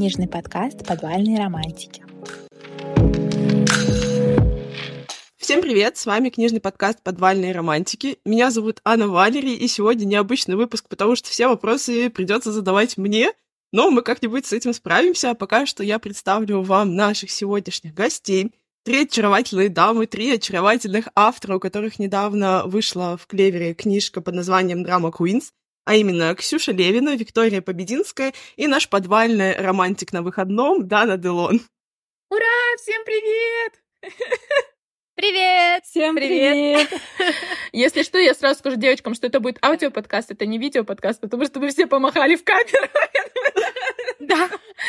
книжный подкаст «Подвальные романтики». Всем привет, с вами книжный подкаст «Подвальные романтики». Меня зовут Анна Валерий, и сегодня необычный выпуск, потому что все вопросы придется задавать мне, но мы как-нибудь с этим справимся. А пока что я представлю вам наших сегодняшних гостей. 3 очаровательные дамы, 3 очаровательных автора, у которых недавно вышла в Клевере книжка под названием «Драма Queens», а именно Ксюша Левина, Виктория Побединская и наш подвальный романтик на выходном Дана Делон. Ура! Всем привет! Привет! Всем привет! Если что, я сразу скажу девочкам, что это будет аудиоподкаст, это не видеоподкаст, потому что вы все помахали в камеру. Да.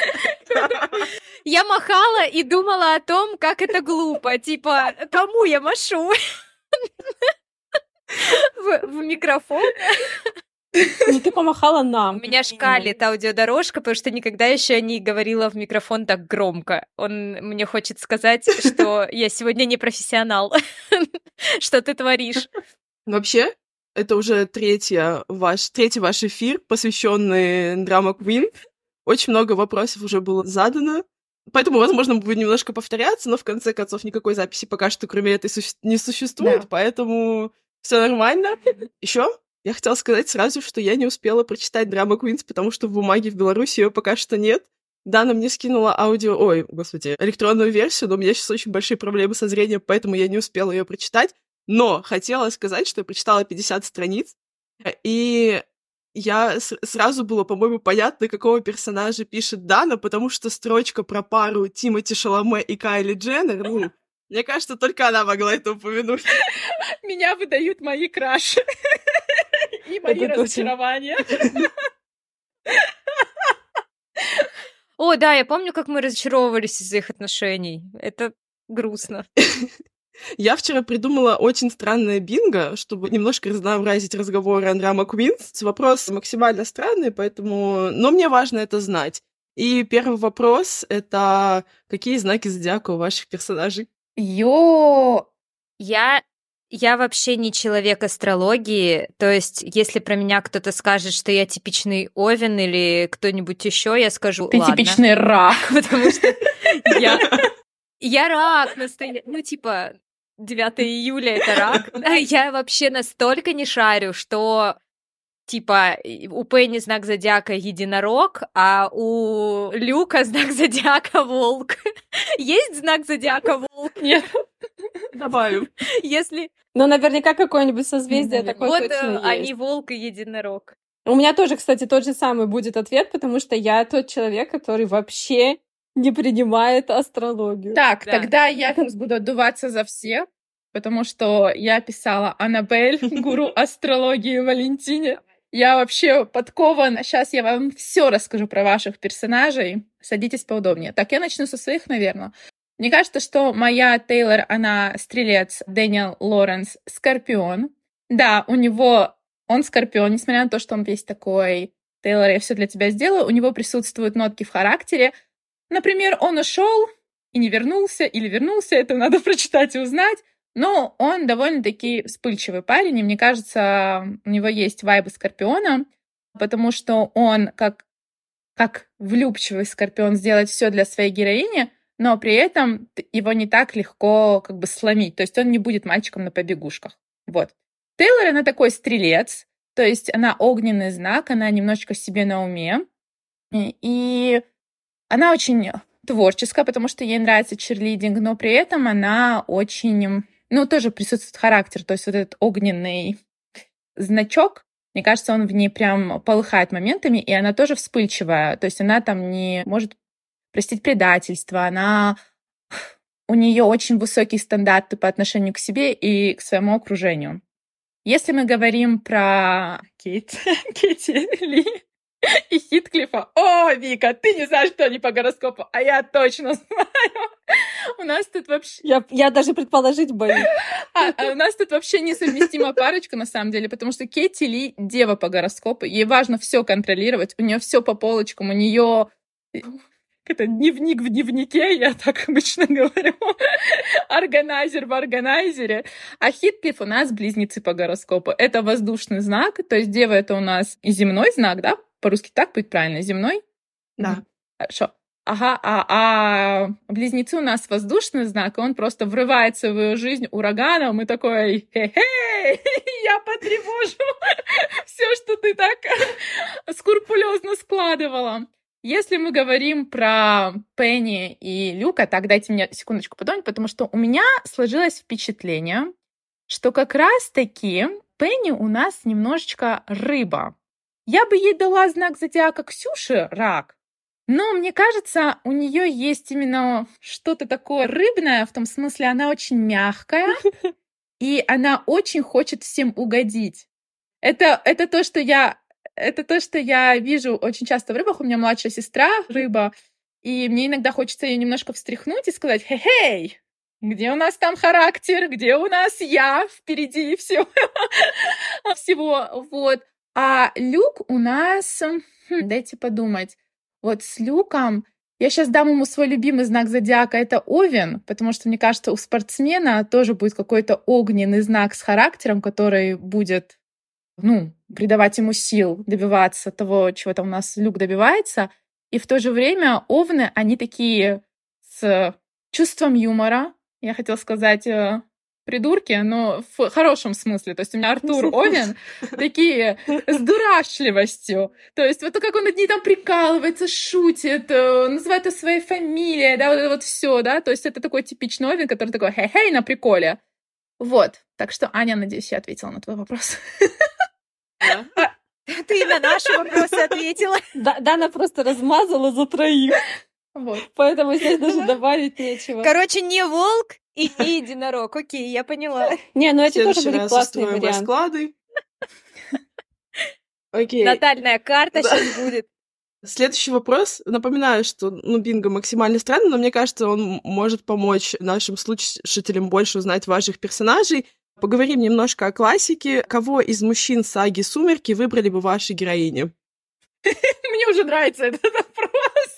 Я махала и думала о том, как это глупо. Типа, кому я машу? В микрофон. Ну, ты помахала нам. У меня шкалит аудиодорожка, потому что никогда еще не говорила в микрофон так громко. Он мне хочет сказать, что я сегодня не профессионал. Что ты творишь? Вообще, это уже третий ваш эфир, посвященный Драма Queen. Очень много вопросов уже было задано. Поэтому, возможно, мы будем немножко повторяться, но в конце концов никакой записи пока что кроме этой не существует, да. Поэтому все нормально. Еще я хотела сказать сразу, что я не успела прочитать Драма Queens, потому что в бумаге в Беларуси ее пока что нет. Дана мне скинула электронную версию, но у меня сейчас очень большие проблемы со зрением, поэтому я не успела ее прочитать. Но хотела сказать, что я прочитала 50 страниц, и сразу было, по-моему, понятно, какого персонажа пишет Дана, потому что строчка про пару Тимоти Шаломе и Кайли Дженнер, мне кажется, только она могла это упомянуть. Меня выдают мои краши и мои разочарования. О, да, я помню, как мы разочаровывались из-за их отношений. Это грустно. Я вчера придумала очень странное бинго, чтобы немножко разнообразить разговоры о Драма Queens. Вопросы максимально странные, но мне важно это знать. И первый вопрос — это какие знаки зодиака у ваших персонажей? Я вообще не человек астрологии, то есть если про меня кто-то скажет, что я типичный Овен или кто-нибудь еще, я скажу, ты ладно. Ты типичный рак, потому что я рак, 9 июля это рак. Я вообще настолько не шарю, что у Пенни знак зодиака единорог, а у Люка знак зодиака волк. Есть знак зодиака волк? Нет. Добавим. Ну, наверняка какое-нибудь созвездие такое вот точно есть. Они волк и единорог. У меня тоже, кстати, тот же самый будет ответ, потому что я тот человек, который вообще не принимает астрологию. Так, да. Тогда я буду отдуваться за всех, потому что я писала Аннабель, гуру астрологии Валентине. Я вообще подкована. Сейчас я вам все расскажу про ваших персонажей. Садитесь поудобнее. Так, я начну со своих, наверное. Мне кажется, что моя Тейлор, она стрелец, Дэниел Лоренс — скорпион. Да, он скорпион, несмотря на то, что он весь такой: Тейлор, я все для тебя сделаю. У него присутствуют нотки в характере. Например, он ушел и не вернулся, или вернулся, это надо прочитать и узнать. Но он довольно-таки вспыльчивый парень, и мне кажется, у него есть вайбы скорпиона, потому что он, как влюбчивый скорпион, сделает все для своей героини, но при этом его не так легко сломить. То есть он не будет мальчиком на побегушках. Вот. Тейлор, она такой стрелец, то есть она огненный знак, она немножечко себе на уме. И она очень творческая, потому что ей нравится чирлидинг, но при этом она очень... тоже присутствует характер, то есть вот этот огненный значок, мне кажется, он в ней прям полыхает моментами, и она тоже вспыльчивая, то есть она там не может простить предательство, у нее очень высокие стандарты по отношению к себе и к своему окружению. Если мы говорим про Кэти Ли и Хитклифа, Вика, ты не знаешь, что они по гороскопу, а я точно знаю. У нас тут вообще... Я даже предположить боюсь. У нас тут вообще несовместимая парочка, на самом деле, потому что Кэти Ли — дева по гороскопу, ей важно все контролировать, у нее все по полочкам, у нее... Это дневник в дневнике, я так обычно говорю. Органайзер в органайзере. А Хитклифф у нас близнецы по гороскопу. Это воздушный знак, то есть дева — это у нас и земной знак, да? По-русски так будет правильно? Земной? Да. Хорошо. Ага, а близнецы у нас воздушный знак, и он просто врывается в ее жизнь ураганом и такой: хе-хей, я потревожу все, что ты так скрупулезно складывала. Если мы говорим про Пенни и Люка, так дайте мне секундочку подумать, потому что у меня сложилось впечатление, что как раз-таки Пенни у нас немножечко рыба. Я бы ей дала знак зодиака Ксюши, рак, но мне кажется, у нее есть именно что-то такое рыбное, в том смысле, она очень мягкая, и она очень хочет всем угодить. Это то, что я вижу очень часто в рыбах. У меня младшая сестра рыба, и мне иногда хочется ее немножко встряхнуть и сказать: хе-хей, где у нас там характер, где у нас я впереди всего, вот. А Люк у нас, дайте подумать, вот с Люком я сейчас дам ему свой любимый знак зодиака, это Овен, потому что, мне кажется, у спортсмена тоже будет какой-то огненный знак с характером, который будет, придавать ему сил добиваться того, чего там у нас Люк добивается. И в то же время Овны, они такие с чувством юмора, я хотела сказать придурки, но в хорошем смысле. То есть у меня Артур Овен такие с дурашливостью. То есть вот как он над ней там прикалывается, шутит, называет ее своей фамилией, да, вот это вот все, да. То есть это такой типичный Овен, который такой хей-хей на приколе. Вот. Так что, Аня, надеюсь, я ответила на твой вопрос. Ты на наши вопросы ответила. Дана просто размазала за троих. Вот. Поэтому здесь даже добавить нечего. Короче, не волк и не единорог. Окей, я поняла. Не, ну эти тоже были классные варианты. Расклады. Окей. Натальная карта сейчас будет. Следующий вопрос. Напоминаю, что бинго максимально странный, но мне кажется, он может помочь нашим слушателям больше узнать ваших персонажей. Поговорим немножко о классике. Кого из мужчин саги «Сумерки» выбрали бы ваши героини? Мне уже нравится этот вопрос.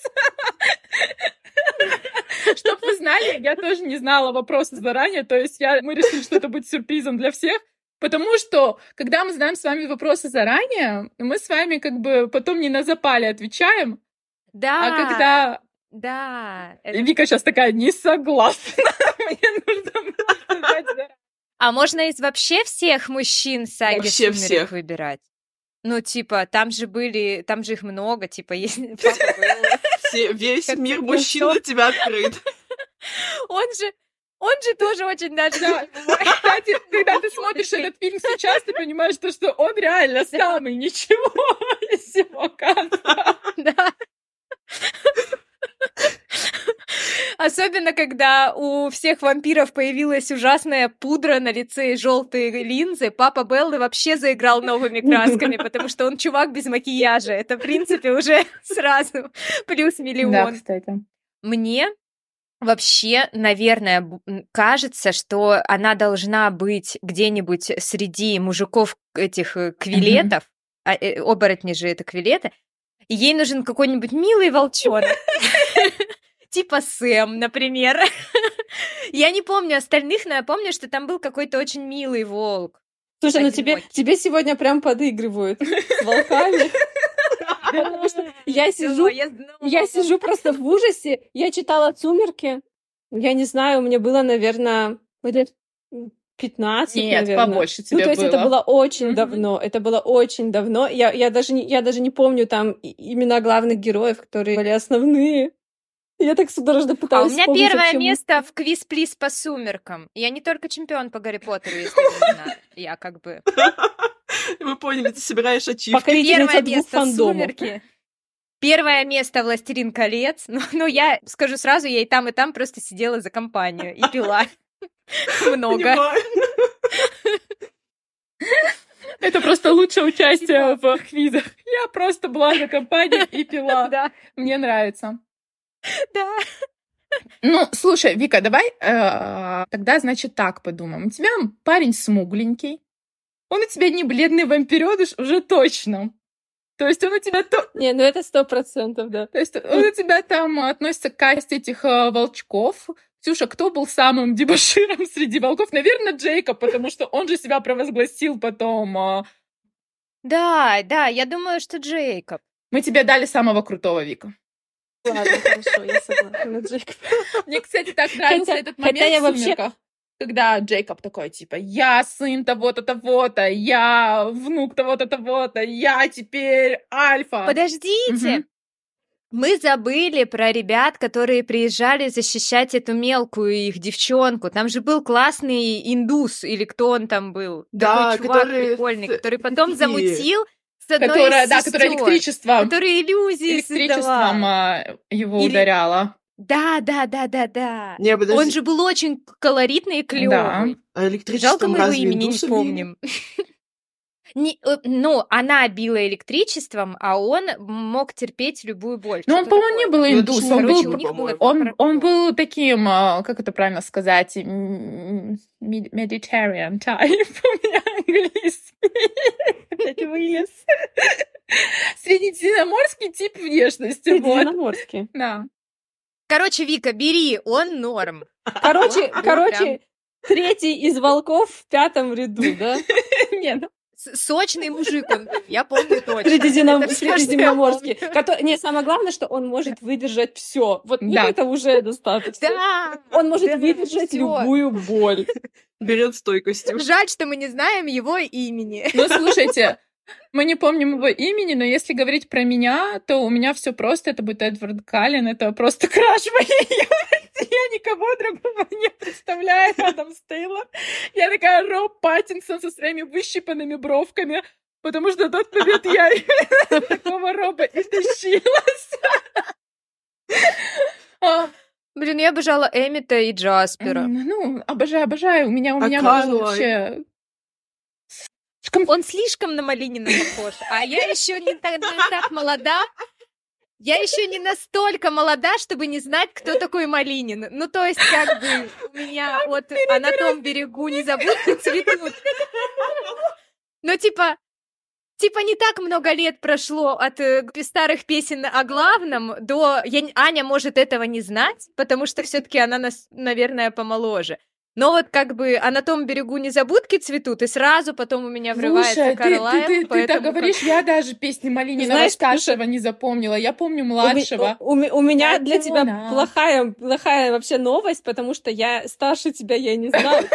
Чтоб вы знали, я тоже не знала вопроса заранее, то есть мы решили, что это будет сюрпризом для всех, потому что, когда мы знаем с вами вопросы заранее, мы с вами как бы потом не на запале отвечаем, да, а когда... Да. Вика сейчас такая: не согласна. Мне нужно сказать заранее. А можно из вообще всех мужчин саги «Сумерек» выбирать? Ну, типа, там же их много, типа, есть Папа Белла. Весь мир мужчин для тебя открыт. Он же тоже очень даже... Кстати, когда ты смотришь этот фильм сейчас, ты понимаешь, что он реально самый ничего из всего каста. Да. Особенно, когда у всех вампиров появилась ужасная пудра на лице и желтые линзы, папа Беллы вообще заиграл новыми красками, потому что он чувак без макияжа. Это, в принципе, уже сразу плюс миллион. Да, кстати. Мне вообще, наверное, кажется, что она должна быть где-нибудь среди мужиков этих квилетов. Оборотни же это квилеты. И ей нужен какой-нибудь милый волчонок. Типа Сэм, например. Я не помню остальных, но я помню, что там был какой-то очень милый волк. Слушай, ну тебе сегодня прям подыгрывают с волками. Потому что я сижу просто в ужасе. Я читала «Сумерки». Я не знаю, мне было, наверное, лет 15, Нет, наверное. Побольше тебе было. То есть это было очень давно. Это было очень давно. Я даже не помню там имена главных героев, которые были основные. Я так судорожно пыталась вспомнить. У меня первое место в квиз-плиз по «Сумеркам». Я не только чемпион по Гарри Поттеру, если нужно. Я как бы... Мы поняли, ты собираешь ачивки. Первое место «Сумерки». Первое место «Властелин колец». Ну, я скажу сразу, я и там просто сидела за компанию и пила много. Это просто лучшее участие в квизах. Я просто была за компанию и пила. Да. Мне нравится. Да. Ну, слушай, Вика, давай тогда, значит, так подумаем. У тебя парень смугленький. Он у тебя не бледный вампирёныш уже точно. То есть он у тебя... Не, ну это 100%, да. То есть он у тебя там относится к касте этих волчков. Ксюша, кто был самым дебоширом среди волков? Наверное, Джейкоб, потому что он же себя провозгласил потом. Да, я думаю, что Джейкоб. Мы тебе дали самого крутого, Вика. Ладно, хорошо, я согласна, Джейкоб. Мне, кстати, так нравился этот момент в «Сумерках», когда Джейкоб такой, типа, я сын того-то, того-то, я внук того-то, того-то, я теперь альфа. Подождите! Мы забыли про ребят, которые приезжали защищать эту мелкую их девчонку. Там же был классный индус, или кто он там был? Да, такой чувак который прикольный, который потом замутил с одной которая, из да, сестёр, которая электричеством, которая иллюзии создавала. его ударяла. Да. Не, подожди. Он же был очень колоритный и клёвый. А Жалко, электричеством мы его разве имени не индусы били? помним. Ну, она била электричеством, а он мог терпеть любую боль. Но он, Что-то по-моему, не такое. был индус. это Он шутка, был, у них было он был таким, как это правильно сказать, Mediterranean type. У меня английский. Блядь, вылез. Средиземноморский тип внешности. Средиземноморский. Да. Короче, Вика, бери, он норм. Короче, третий из волков в 5-м ряду, да? Нет, Сочный мужик он был, я помню точно. Средиземноморский. Не, самое главное, что он может выдержать все. Вот Да. это уже достаточно. Да, Он может да, выдержать всё. любую боль. Берет стойкостью. Жаль, что мы не знаем его имени. ну слушайте, мы не помним его имени, но если говорить про меня, то у меня все просто. Это будет Эдвард Каллен. Это просто краш моей юности. Я никого другого не представляю рядом с Тейлор. Я такая Роб Паттинсон со своими выщипанными бровками, потому что в тот момент я именно такого Роба и тащилась. Блин, я обожала Эммита и Джаспера. Ну, обожаю. У меня Карлайн? был вообще... Он слишком на Малинина похож, а я еще не так молода. Я еще не настолько молода, чтобы не знать, кто такой Малинин. Ну, то есть, как бы, у меня вот «А на том берегу незабудки цветут». Но, типа, не так много лет прошло от старых песен о главном до... Аня может этого не знать, потому что все-таки она нас, наверное, помоложе. Но вот как бы «А на том берегу незабудки цветут», и сразу потом у меня врывается Карлайл. Ты так говоришь, я даже песни Малинина старшего не запомнила. Я помню младшего. У меня для тебя плохая вообще новость, потому что я старше тебя, я не знаю.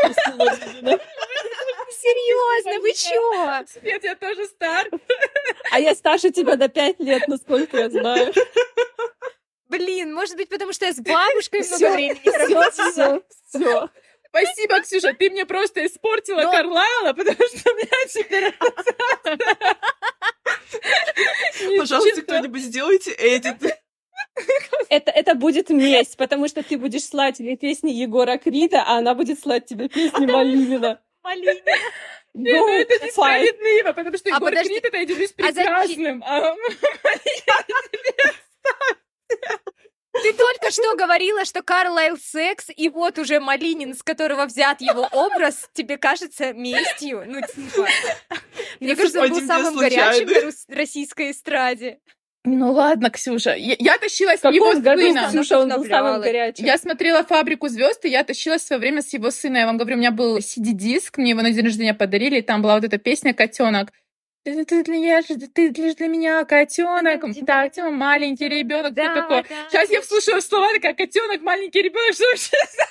Серьезно, вы чё? Нет, я тоже стар. А я старше тебя до 5 лет, насколько я знаю. Блин, может быть, потому что я с бабушкой много времени проводила. Все. Спасибо, Ксюша, ты мне просто испортила Карлайла, потому что у меня теперь... Пожалуйста, кто-нибудь сделайте эдит. Это будет месть, потому что ты будешь слать ей песни Егора Крида, а она будет слать тебе песни Малинина. Малинина. Нет, ну это несправедливо, потому что Егор Крид — это «Я делюсь прекрасным». Ты только что говорила, что Карлайл секс, и вот уже Малинин, с которого взят его образ, тебе кажется местью? Ну, типа... Мне кажется, он был самым горячим на российской эстраде. Ну ладно, Ксюша, я тащилась его сына. Ксюша, он был самым горячим. Я смотрела «Фабрику звезд», и я тащилась в свое время с его сына. Я вам говорю, у меня был CD-диск, мне его на день рождения подарили, и там была вот эта песня «Котенок». Ты для меня котенок, да, котенок, маленький ребенок, что такое? Да. Сейчас я вслушаю слова, такая котенок, маленький ребенок, что вообще за...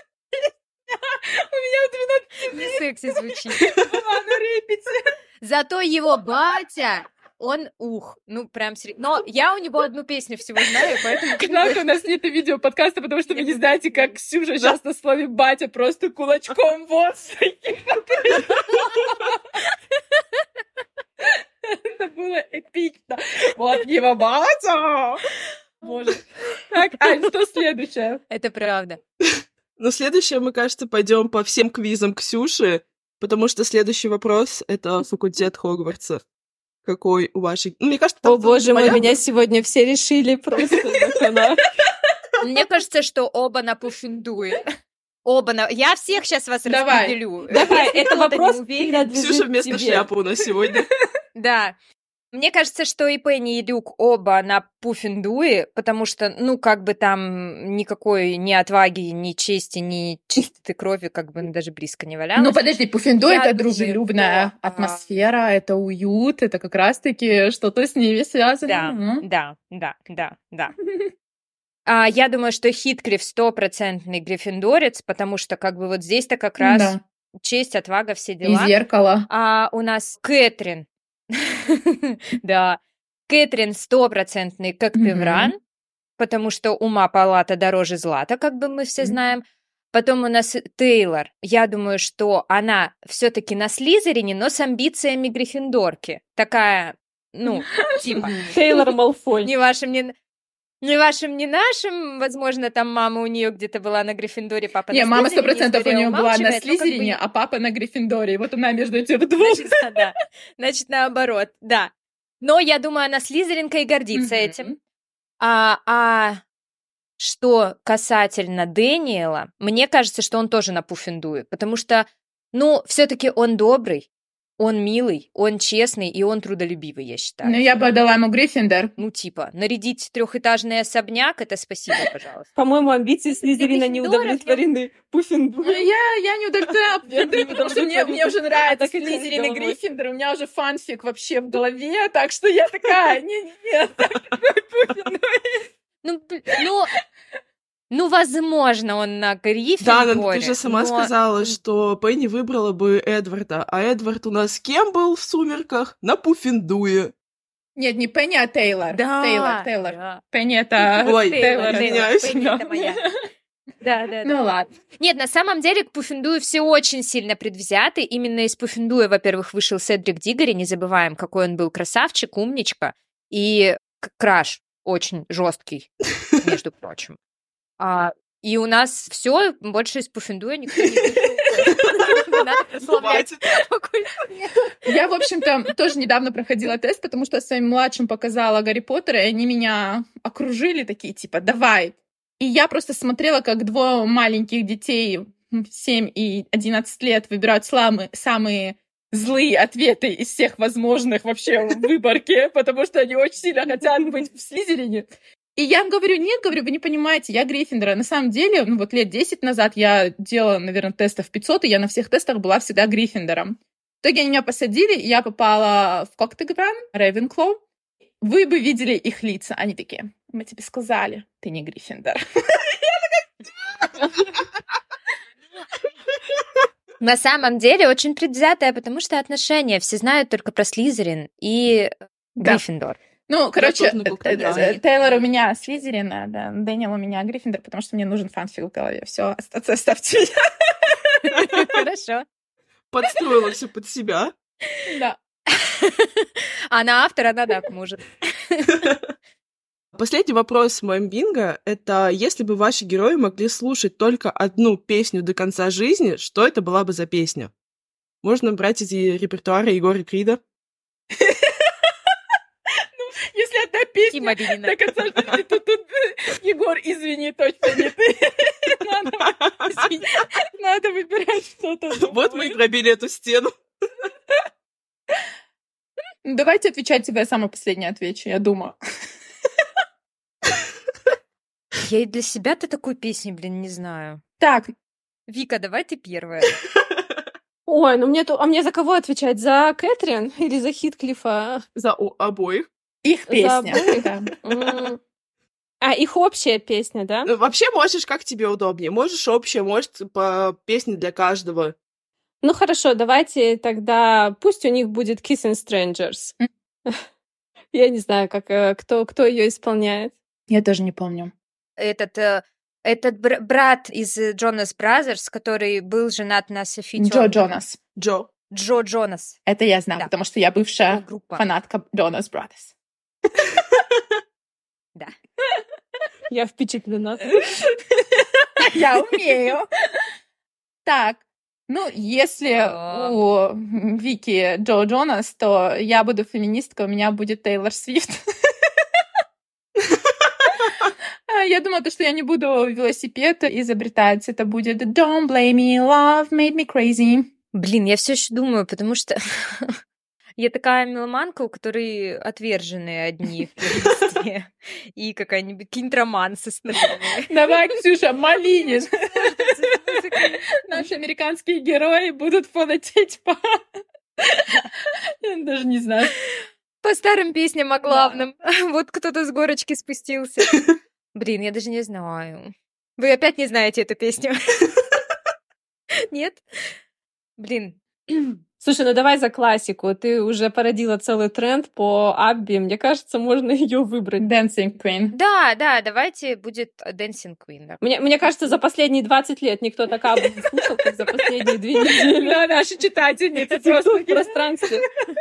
У меня 12 не секси звучит. Ладно, репите. Зато его батя, он ну прям серьезно. Но я у него одну песню всего знаю, поэтому... Жалко, у нас нет видео подкаста, потому что вы не знаете, как Ксюша сейчас на слове «батя» просто кулачком вот. Это было эпично. Вот его батя! Боже. Так, Ань, что следующее? Это правда. Ну, следующее, мы, кажется, пойдем по всем квизам Ксюши, потому что следующий вопрос — это факультет Хогвартса. Какой у вашей... Ну, мне кажется, о, боже мой, меня сегодня все решили просто на канал. Мне кажется, что оба на Пуффендуе. Я всех сейчас вас распределю. Давай, это вопрос Ксюша вместо шляпы у нас сегодня. Да. Мне кажется, что и Пенни, и Люк оба на Пуффендуе, потому что, ну, как бы там никакой ни отваги, ни чести, ни чистоты крови как бы даже близко не валялось. Ну, подожди, Пуффендуй — это дружелюбная атмосфера, это уют, это как раз-таки что-то с ними связано. Да. Я думаю, что Хитклифф 100% гриффиндорец, потому что как бы вот здесь-то как раз честь, отвага, все дела. И зеркало. А у нас Кэтрин. Да. Кэтрин 100% как Певран, потому что ума палата дороже злата, как бы мы все знаем. Потом у нас Тейлор. Я думаю, что она все-таки на Слизерине, но с амбициями гриффиндорки. Такая, ну, типа... Тейлор Малфой. Ни вашим, ни вашим, ни нашим. Возможно, там мама у нее где-то была на Гриффиндоре, папа на мама Слизерине. 100% у нее была на умалчивает, Слизерине, а папа на Гриффиндоре. И вот она между этих двух. Значит, наоборот, да. Но я думаю, она слизеринка и гордится этим. Что касательно Дэниела, мне кажется, что он тоже на Пуффендуе, потому что, ну, все-таки он добрый, он милый, он честный и он трудолюбивый, я считаю. Ну, я бы отдала ему Гриффиндор. Ну, типа, нарядить 3-этажный особняк, это спасибо, пожалуйста. По-моему, амбиции Слизерина не удовлетворены. Пуффендуй. Ну, я не удовлетворена, потому что мне уже нравится Слизерин и Гриффиндор, у меня уже фанфик вообще в голове, так что я такая, нет, Ну, возможно, он на Гриффиндоре. Да, ты же сама сказала, что Пенни выбрала бы Эдварда, а Эдвард у нас кем был в «Сумерках»? На Пуффендуе. Нет, не Пенни, а Тейлор. Да. Тейлор. Да. Пенни это... Ой, Тейлор. извиняюсь. Пенни это моя. Да. Ну ладно. Нет, на самом деле к Пуффендую все очень сильно предвзяты. Именно из Пуффендуя, во-первых, вышел Седрик Диггори, не забываем, какой он был красавчик, умничка, и краш очень жесткий, между прочим. И у нас все больше из Пуффендуя никто не вышел. Надо прославлять. Я, в общем-то, тоже недавно проходила тест, потому что своим младшим показала Гарри Поттера, и они меня окружили такие, типа, давай. И я просто смотрела, как двое маленьких детей 7 и 11 лет выбирают самые злые ответы из всех возможных вообще в выборке, потому что они очень сильно хотят быть в Слизерине. И я им говорю, нет, говорю, вы не понимаете, я Гриффиндора. На самом деле, ну вот лет 10 назад я делала, наверное, тестов 500, и я на всех тестах была всегда Гриффиндором. В итоге они меня посадили, и я попала в Коктегран, Рейвенклоу. Вы бы видели их лица. Они такие, мы тебе сказали, ты не Гриффиндор. На самом деле очень предвзятая, потому что отношения все знают только про Слизерин и Гриффиндор. Ну, короче, Тейлор у меня Слизерин, да, Дэниел у меня Гриффиндор, потому что мне нужен фанфик в голове. Все, оставьте меня. Хорошо. Подстроила все под себя. Да. А на автора надак может. Последний вопрос в моем бинго — это если бы ваши герои могли слушать только одну песню до конца жизни, что это была бы за песня? Можно брать из репертуара Егора Крида. Если одна песня до конца жизни, то тут Егор, извини, точно не ты. Надо выбирать что-то. Вот мы и пробили эту стену. Давайте отвечать тебе, я самое последнее отвечу, я думаю. Я и для себя-то такой песни, не знаю. Так. Вика, давай ты первая. Ой, ну мне за кого отвечать? За Кэтрин или за Хитклифа? За обоих. Их песня. Их общая песня, да? Вообще можешь, как тебе удобнее. Можешь общая, может, по песне для каждого. Ну хорошо, давайте тогда пусть у них будет Kissing Strangers. Я не знаю, кто ее исполняет. Я тоже не помню. Этот брат из Джонас Бразерс, который был женат на Софи Джо Джонас. Джо Джонас. Это я знаю, потому что я бывшая фанатка Джонас Бразерс. Да. Я впечатлена. Я умею. Так, ну, если у Вики Джо Джонас, то я буду феминисткой, у меня будет Тейлор Свифт. Я думала, что я не буду велосипед изобретать. Это будет Don't blame me, love made me crazy. Блин, я все еще думаю, потому что я такая меломанка, у которой отверженные одни в плейлисте. И какой-нибудь роман со стороны. Давай, Ксюша, молись. Наши американские герои будут фанатеть по... Я даже не знаю. По старым песням о главном. Вот кто-то с горочки спустился. Блин, я даже не знаю. Вы опять не знаете эту песню? Нет? Блин. Слушай, ну давай за классику. Ты уже породила целый тренд по Абби. Мне кажется, можно ее выбрать. Dancing Queen. Да, давайте будет Dancing Queen. Да. Мне кажется, за последние 20 лет никто так Аббу не слушал, как за последние 2 недели. Да, наши читательницы просто в пространстве.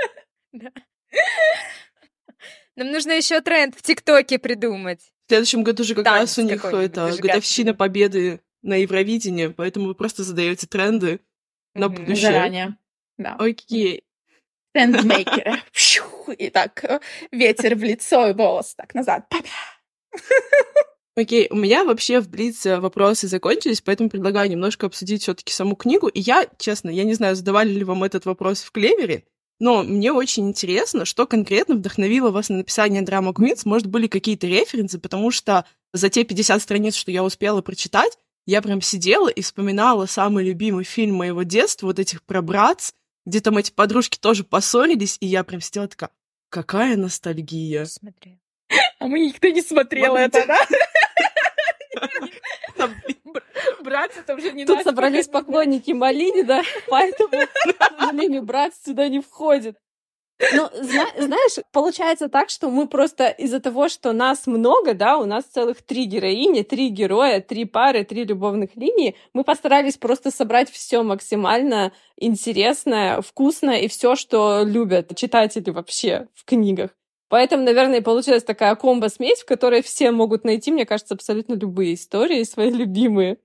Нам нужно еще тренд в ТикТоке придумать. В следующем году же как раз у них это годовщина победы на Евровидении, поэтому вы просто задаете тренды на будущее. Заранее. Да. Окей. Трендмейкеры. И так ветер в лицо и волос так назад. Окей, у меня вообще в Блиц вопросы закончились, поэтому предлагаю немножко обсудить все-таки саму книгу. И я, честно, я не знаю, задавали ли вам этот вопрос в Клевере, но мне очень интересно, что конкретно вдохновило вас на написание Drama Queens. Может, были какие-то референсы, потому что за те 50 страниц, что я успела прочитать, я прям сидела и вспоминала самый любимый фильм моего детства, вот этих про Братц, где там эти подружки тоже поссорились, и я прям сидела такая, какая ностальгия. Смотри. А мы никто не смотрел это, да? Братцы, это уже не Тут собрались поклонники Малини, да, поэтому, к сожалению, Братц сюда не входит. Ну, знаешь, получается так, что мы просто из-за того, что нас много, да, у нас целых 3 героини, 3 героя, 3 пары, 3 любовных линии, мы постарались просто собрать все максимально интересное, вкусное и все, что любят читатели вообще в книгах. Поэтому, наверное, получилась такая комбо-смесь, в которой все могут найти, мне кажется, абсолютно любые истории, свои любимые.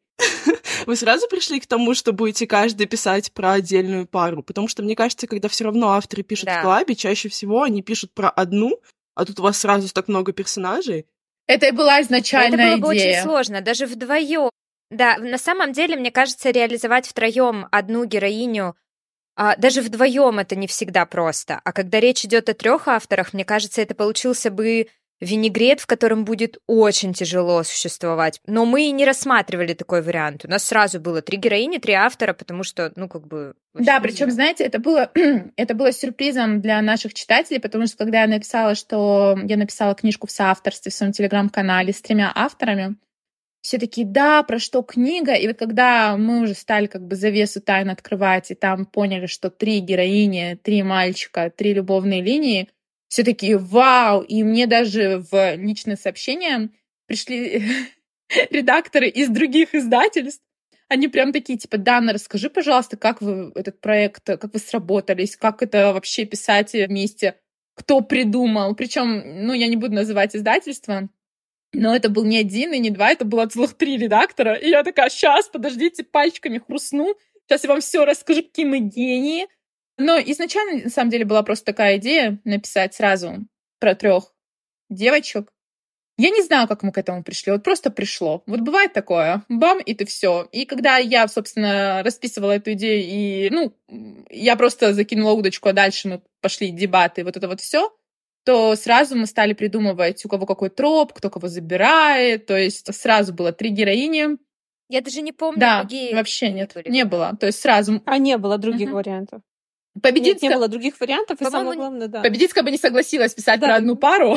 Вы сразу пришли к тому, что будете каждый писать про отдельную пару? Потому что, мне кажется, когда все равно авторы пишут в коллабе, чаще всего они пишут про одну, а тут у вас сразу так много персонажей. Это и была изначальная идея. Это было бы очень сложно, даже вдвоем. Да, на самом деле, мне кажется, реализовать втроем одну героиню, даже вдвоем это не всегда просто. А когда речь идет о 3 авторах, мне кажется, это получился бы винегрет, в котором будет очень тяжело существовать. Но мы и не рассматривали такой вариант. У нас сразу было 3 героини, 3 автора, потому что, ну, как бы... Да, причем, знаете, это было сюрпризом для наших читателей, потому что когда я написала, что я написала книжку в соавторстве в своем телеграм-канале с 3 авторами, все такие, да, про что книга? И вот когда мы уже стали как бы завесу тайн открывать, и там поняли, что 3 героини, 3 мальчика, 3 любовные линии, все такие, вау! И мне даже в личные сообщения пришли редакторы из других издательств. Они прям такие, типа, Дана, расскажи, пожалуйста, как вы этот проект, как вы сработались, как это вообще писать вместе, кто придумал. Причем, ну, я не буду называть издательство, но это был не 1 и не 2, это было целых 3 редактора. И я такая, сейчас, подождите, пальчиками хрустну, сейчас я вам все расскажу, какие мы гении. Но изначально, на самом деле, была просто такая идея написать сразу про 3 девочек. Я не знаю, как мы к этому пришли, вот просто пришло. Вот бывает такое, бам, и ты все. И когда я, собственно, расписывала эту идею, и, ну, я просто закинула удочку, а дальше мы пошли дебаты, вот это вот все, то сразу мы стали придумывать, у кого какой троп, кто кого забирает, то есть сразу было 3 героини. Я даже не помню, да, другие... вообще нет, не было, то есть сразу... А не было других вариантов. Победительская... Не было других вариантов, и самое главное, да. Победительская бы не согласилась писать про одну пару.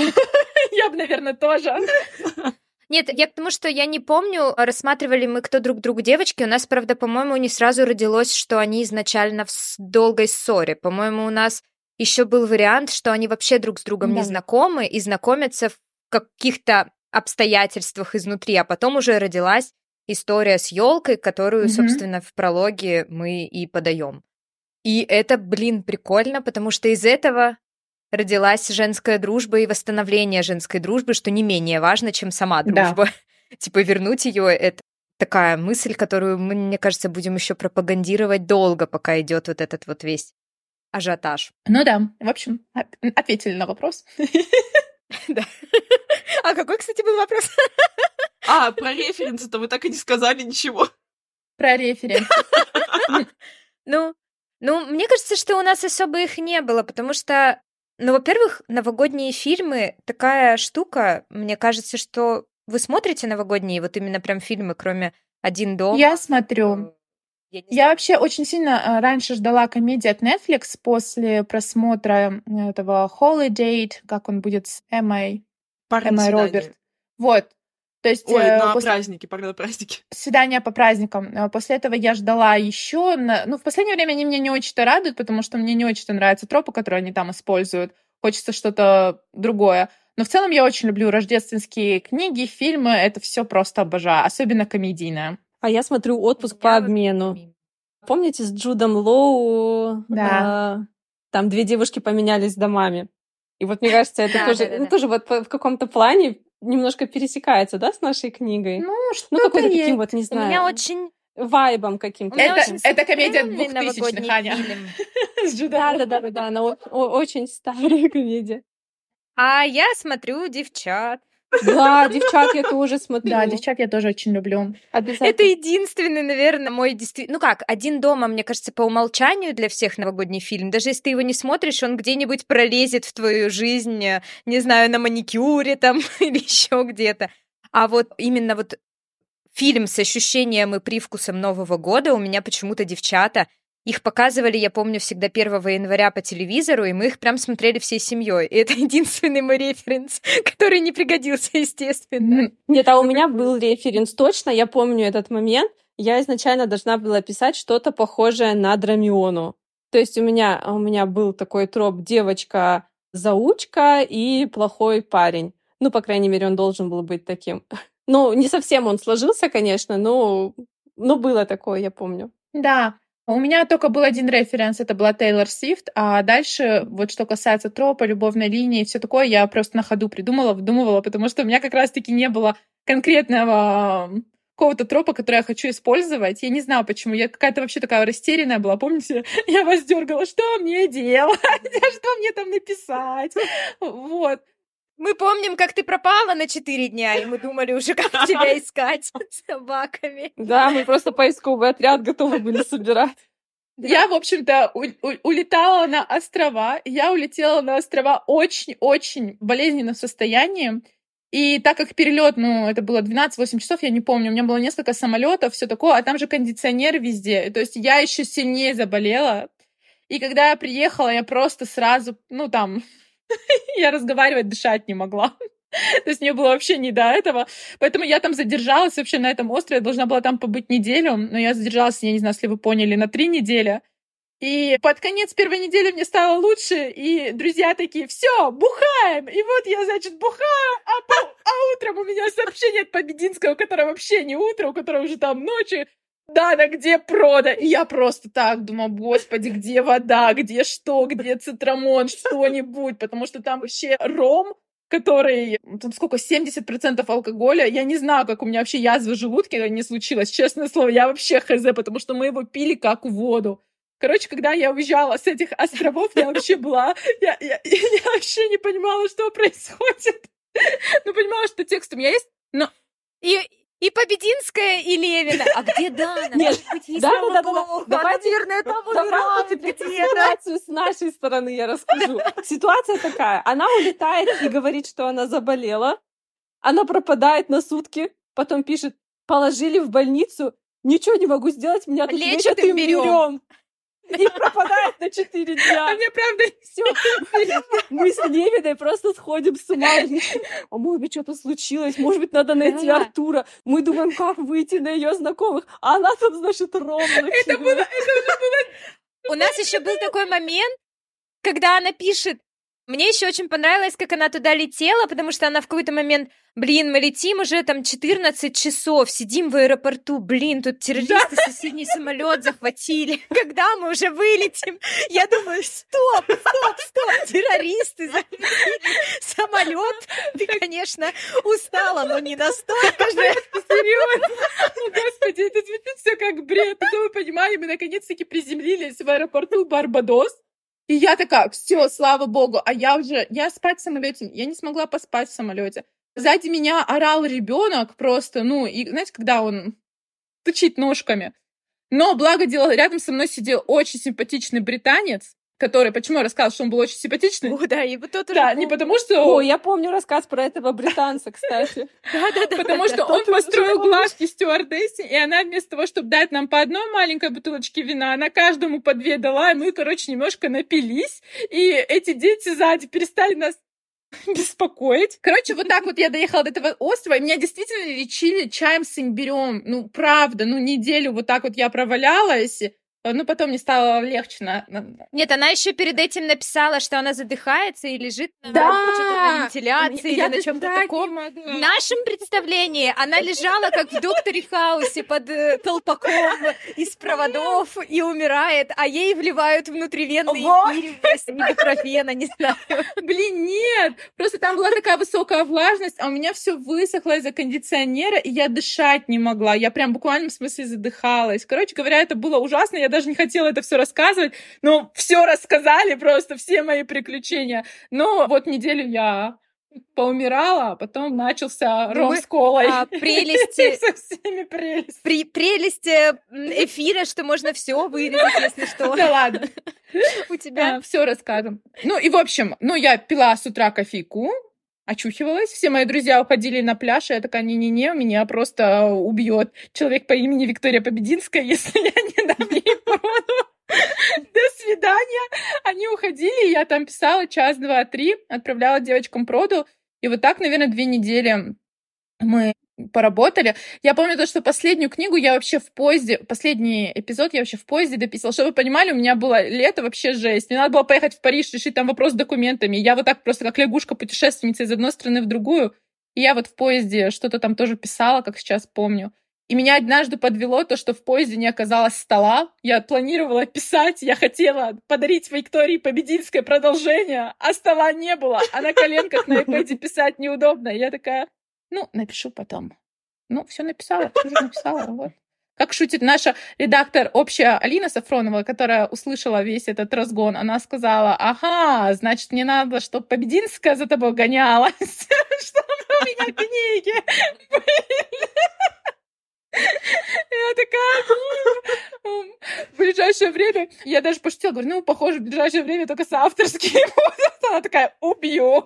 Я бы, наверное, тоже. Нет, я к тому, что я не помню, рассматривали мы кто друг другу девочки. У нас, правда, по-моему, не сразу родилось, что они изначально в долгой ссоре. По-моему, у нас еще был вариант, что они вообще друг с другом не знакомы и знакомятся в каких-то обстоятельствах изнутри, а потом уже родилась история с елкой, которую, собственно, в прологе мы и подаем. И это, прикольно, потому что из этого родилась женская дружба и восстановление женской дружбы, что не менее важно, чем сама дружба. Да. Типа вернуть ее — это такая мысль, которую мы, мне кажется, будем еще пропагандировать долго, пока идет вот этот вот весь ажиотаж. Ну да, в общем, ответили на вопрос. Да. А какой, кстати, был вопрос? Про референсы-то вы так и не сказали ничего. Про референсы. Ну, мне кажется, что у нас особо их не было, потому что, во-первых, новогодние фильмы — такая штука. Мне кажется, что вы смотрите новогодние, вот именно прям фильмы, кроме «Один дома». Я смотрю. Я вообще очень сильно раньше ждала комедии от Netflix после просмотра этого Holiday, как он будет с Эммой Роберт. Вот. То есть Ой, на праздники, пора на праздники. Свидания по праздникам. После этого я ждала еще. Ну, в последнее время они меня не очень-то радуют, потому что мне не очень-то нравятся тропы, которые они там используют. Хочется что-то другое. Но в целом я очень люблю рождественские книги, фильмы. Это все просто обожаю, особенно комедийное. А я смотрю «Отпуск по обмену». Помните, с Джудом Лоу? Да. Там 2 девушки поменялись домами. И вот мне кажется, это тоже вот в каком-то плане немножко пересекается, да, с нашей книгой? Ну, что-то какой-то есть. таким вот, не знаю, У меня очень... вайбом каким-то. Это комедия 2000-х, Аня. Да, она очень старая комедия. А я смотрю «Девчат». Да, «Девчат» я тоже смотрю. Да, «Девчат» я тоже очень люблю. Обязательно. Это единственный, наверное, мой действительно... Ну как, «Один дома», мне кажется, по умолчанию для всех новогодний фильм. Даже если ты его не смотришь, он где-нибудь пролезет в твою жизнь, не знаю, на маникюре там или еще где-то. А вот именно вот фильм с ощущением и привкусом Нового года у меня почему-то «Девчата». Их показывали, я помню, всегда 1 января по телевизору, и мы их прям смотрели всей семьей. И это единственный мой референс, который не пригодился, естественно. Нет, а у меня был референс точно, я помню этот момент. Я изначально должна была писать что-то похожее на Драмиону. То есть у меня был такой троп девочка-заучка и плохой парень. Ну, по крайней мере, он должен был быть таким. Ну, не совсем он сложился, конечно, но было такое, я помню. Да. У меня только был один референс, это была Тейлор Свифт, а дальше, вот что касается тропа, любовной линии и все такое, я просто на ходу вдумывала, потому что у меня как раз-таки не было конкретного какого-то тропа, который я хочу использовать. Я не знаю, почему. Я какая-то вообще такая растерянная была. Помните, я вас дергала, что мне делать? Что мне там написать? Вот. Мы помним, как ты пропала на 4 дня, и мы думали уже, как тебя искать с собаками. Да, мы просто поисковый отряд готовы были собирать. Я, в общем-то, улетала на острова. Я улетела на острова очень-очень болезненном состоянии. И так как перелет, это было 12-8 часов, я не помню, у меня было несколько самолетов, все такое, а там же кондиционер везде. То есть я еще сильнее заболела. И когда я приехала, я просто сразу, я разговаривать, дышать не могла. То есть мне было вообще не до этого. Поэтому я там задержалась вообще на этом острове. Я должна была там побыть неделю. Но я задержалась, я не знаю, если вы поняли, на 3 недели. И под конец первой недели мне стало лучше. И друзья такие, все, бухаем. И вот я, значит, бухаю. А утром у меня сообщение от Побединского, у которого вообще не утро, у которого уже там ночи. Дана, где прода? И я просто так думаю, господи, где вода, где что, где цитрамон, что-нибудь, потому что там вообще ром, который, там сколько, 70% алкоголя, я не знаю, как у меня вообще язва желудка не случилась, честное слово, я вообще хз, потому что мы его пили как воду. Короче, когда я уезжала с этих островов, я вообще была, я вообще не понимала, что происходит. Ну, понимала, что текст у меня есть, но... И Побединская, и Левина. А где Дана? Нет, Может быть, ей да. плохо? Наверное, там умирает где-то. Ситуацию с нашей стороны я расскажу. Ситуация такая. Она улетает и говорит, что она заболела. Она пропадает на сутки. Потом пишет, положили в больницу. Ничего не могу сделать, меня тут лечат имбирём. И пропадает на 4 дня. А мне правда все. Мы с Левиной просто сходим с ума. А может быть, что-то случилось. Может быть, надо найти Артура. Мы думаем, как выйти на ее знакомых. А она там, значит, ровно. Это уже было... У нас еще был такой момент, когда она пишет, мне еще очень понравилось, как она туда летела, потому что она в какой-то момент, мы летим уже там 14 часов, сидим в аэропорту, тут террористы соседний самолет захватили. Когда мы уже вылетим? Я думаю, стоп, террористы захватили самолет. Ты, конечно, устала, но не настолько же. Серьезно? Господи, это звучит все как бред. Потом вы понимаете, мы наконец-таки приземлились в аэропорту Барбадос. И я такая, все, слава богу, а я спать в самолете, я не смогла поспать в самолете. Сзади меня орал ребенок просто, и знаете, когда он тычит ножками. Но благо дело, рядом со мной сидел очень симпатичный британец, который, почему я рассказала, что он был очень симпатичный? О, да, и вот тот уже. Да, не потому что... О, я помню рассказ про этого британца, кстати. Да. Потому что он построил глазки стюардессе, и она вместо того, чтобы дать нам по одной маленькой бутылочке вина, она каждому по 2 дала, и мы, немножко напились, и эти дети сзади перестали нас беспокоить. Короче, вот так вот я доехала до этого острова, и меня действительно лечили чаем с имбирем. Ну, правда, неделю вот так вот я провалялась. Потом мне стало легче. Нет, она еще перед этим написала, что она задыхается и лежит на вентиляции или на чем-то таком. В нашем представлении она лежала, как в Докторе Хаусе, под колпаком из проводов и умирает, а ей вливают внутривенный ибупрофена, не знаю. Блин, нет! Просто там была такая высокая влажность, а у меня все высохло из-за кондиционера, и я дышать не могла. Я прям в буквальном смысле задыхалась. Короче говоря, это было ужасно. Я даже не хотела это все рассказывать, но все рассказали просто, все мои приключения. Но вот неделю я поумирала, а потом начался ром с колой. Прелести... Со всеми прелестями. Прелести эфира, что можно все вырезать, если что. Да ладно. У тебя... Все расскажем. И в общем, я пила с утра кофейку, очухивалась. Все мои друзья уходили на пляж, и я такая, не-не-не, меня просто убьет человек по имени Виктория Побединская, если я не дам ей проду. До свидания. Они уходили, и я там писала 1, 2, 3, отправляла девочкам проду. И вот так, наверное, 2 недели мы поработали. Я помню то, что последнюю книгу я вообще в поезде, последний эпизод я вообще в поезде дописывала. Чтобы вы понимали, у меня было лето вообще жесть. Мне надо было поехать в Париж, решить там вопрос с документами. Я вот так просто как лягушка-путешественница из одной страны в другую. И я вот в поезде что-то там тоже писала, как сейчас помню. И меня однажды подвело то, что в поезде не оказалось стола. Я планировала писать, я хотела подарить Виктории Побединской продолжение, а стола не было. А на коленках на iPad писать неудобно. И я такая, напишу потом. Все написала, все уже написала. Вот. Как шутит наша редактор общая Алина Сафронова, которая услышала весь этот разгон, она сказала, ага, значит, мне надо, чтобы Побединская за тобой гонялась, чтобы у меня книги были. Я такая, в ближайшее время, я даже пошутила, говорю, похоже, в ближайшее время только с авторскими будут. Она такая, убью.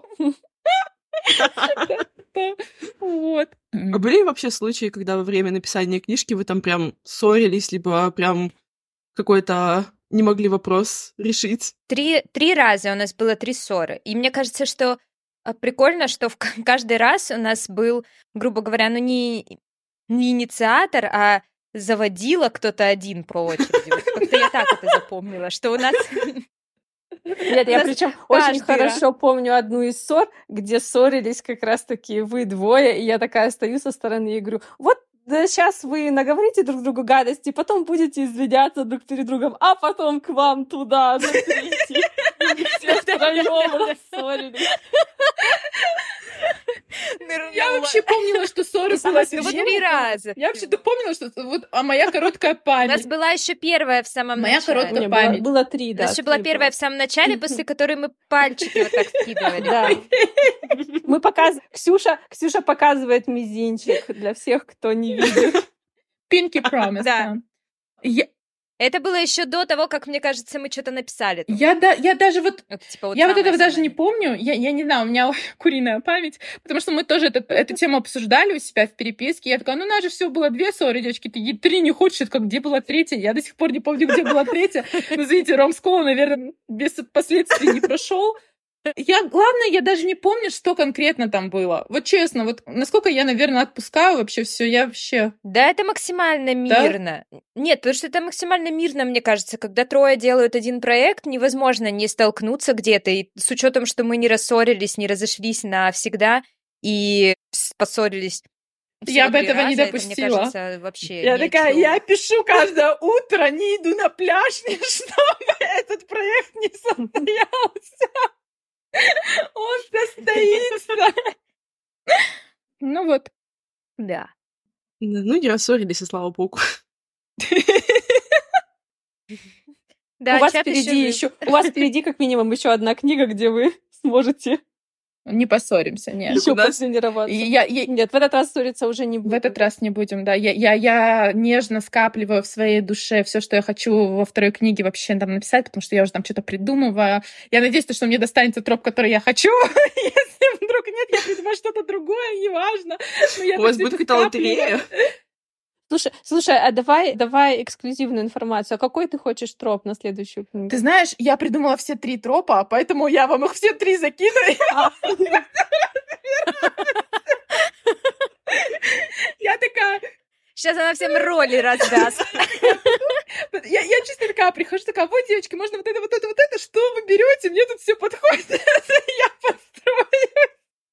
Вот. А были вообще случаи, когда во время написания книжки вы там прям ссорились, либо прям какой-то не могли вопрос решить? 3 раза у нас было 3 ссоры. И мне кажется, что прикольно, что каждый раз у нас был, грубо говоря, не инициатор, а заводила кто-то один по очереди. Вот как-то я так это запомнила, что у нас... Нет, я причем очень хорошо помню одну из ссор, где ссорились как раз-таки вы двое, и я такая стою со стороны и говорю, вот сейчас вы наговорите друг другу гадости, потом будете извиняться друг перед другом, а потом к вам туда прийти. Все втроём рассорились. Я вообще помнила, что ссоры была 3 раза. Я вообще-то помнила, что моя короткая память. У нас была еще первая в самом начале. Моя короткая память. Было 3, да. У нас еще была первая в самом начале, после которой мы пальчики вот так скидывали. Да. Мы показываем... Ксюша показывает мизинчик для всех, кто не видит. Pinky promise. Да. Это было еще до того, как, мне кажется, мы что-то написали. Я даже вот... Типа, я вот этого даже не помню. Я не знаю, у меня куриная память. Потому что мы тоже эту тему обсуждали у себя в переписке. Я такая, у нас же все было 2 ссоры, девочки. Ты 3 не хочешь, это как, где была 3-я? Я до сих пор не помню, где была 3-я. Но, видите, ром с колой, наверное, без последствий не прошел. Главное, я даже не помню, что конкретно там было. Вот честно, вот насколько я, наверное, отпускаю вообще все, я вообще... Да, это максимально мирно. Да? Нет, потому что это максимально мирно, мне кажется. Когда 3 делают один проект, невозможно не столкнуться где-то. И с учетом, что мы не рассорились, не разошлись навсегда и поссорились. Я бы этого не допустила. Это, мне кажется, вообще я такая, я пишу каждое утро, не иду на пляж, чтобы этот проект не состоялся. Он состоится. Ну вот. Да. Не рассорились, и слава богу. Да, у вас впереди как минимум еще одна книга, где вы сможете... Не поссоримся, нет. Еще потренироваться. Нет, в этот раз ссориться уже не будем. В этот раз не будем, да. Я нежно скапливаю в своей душе все, что я хочу во 2 книге вообще там написать, потому что я уже там что-то придумываю. Я надеюсь, что мне достанется троп, который я хочу. Если вдруг нет, я придумаю что-то другое, неважно. У вас будет какая-то лотерея? Слушай, а давай эксклюзивную информацию. А какой ты хочешь троп на следующую книгу? Ты знаешь, я придумала все 3 тропа, поэтому я вам их все 3 закину. Я такая... Сейчас она всем роли раздаст. Я чисто такая прихожу, такая: вот, девочки, можно вот это, что вы берете? Мне тут все подходит. Я построю.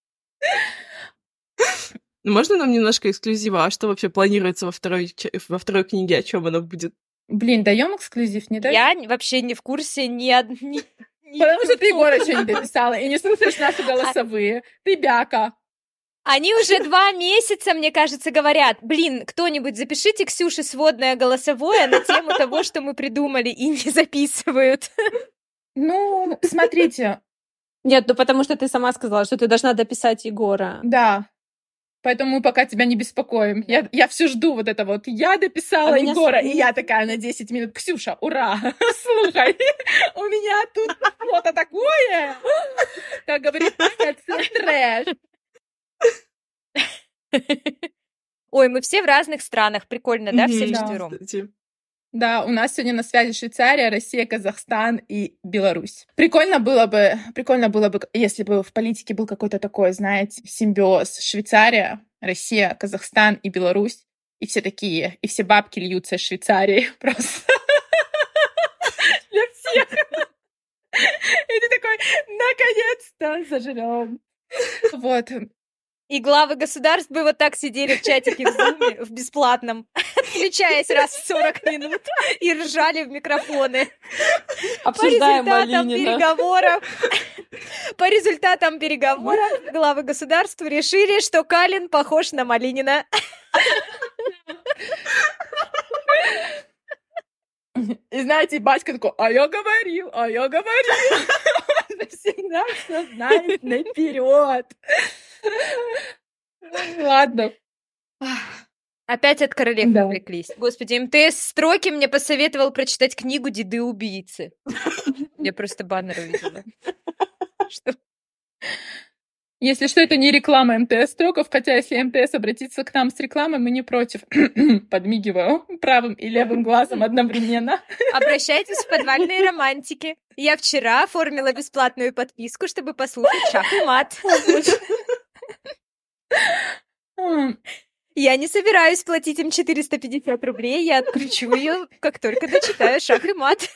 Можно нам немножко эксклюзива? А что вообще планируется во второй книге? О чем она будет? Блин, даем эксклюзив, не даем? Я вообще не в курсе ни одни. Потому что ты, Егора, еще не дописала, и не слушаешь наши голосовые. Ты бяка. Они уже 2 месяца, мне кажется, говорят: блин, кто-нибудь запишите Ксюше сводное голосовое на тему того, что мы придумали, и не записывают. Ну, смотрите. Нет, ну потому что ты сама сказала, что ты должна дописать Егора. Да. Поэтому мы пока тебя не беспокоим. Я все жду вот это вот. Я дописала Егора, и я такая на 10 минут: Ксюша, ура! Слушай, у меня тут что-то такое. Как говорит Таня, трэш. Ой, мы все в разных странах. Прикольно, да, все вчетвером? Да, у нас сегодня на связи Швейцария, Россия, Казахстан и Беларусь. Прикольно было бы, если бы в политике был какой-то такой, знаете, симбиоз: Швейцария, Россия, Казахстан и Беларусь. И все такие, и все бабки льются из Швейцарии просто. Для всех. И ты такой: наконец-то заживем. Вот. И главы государств бы вот так сидели в чатике в Зуме, в бесплатном, отключаясь раз в 40 минут и ржали в микрофоны. Обсуждаем Малинина. По результатам переговоров главы государств решили, что Калин похож на Малинина. И знаете, батька такой: а я говорил. Он всегда все знает наперед. Ладно. Опять от королев увлеклись. Господи, МТС Строки мне посоветовал прочитать книгу «Деды-убийцы». Я просто баннер увидела. Что? Если что, это не реклама МТС Строков, хотя если МТС обратится к нам с рекламой, мы не против. Подмигиваю правым и левым глазом одновременно. Обращайтесь в подвальные романтики. Я вчера оформила бесплатную подписку, чтобы послушать «Шах и мат». Я не собираюсь платить им 450 рублей, я отключу ее, как только дочитаю «Шах и мат».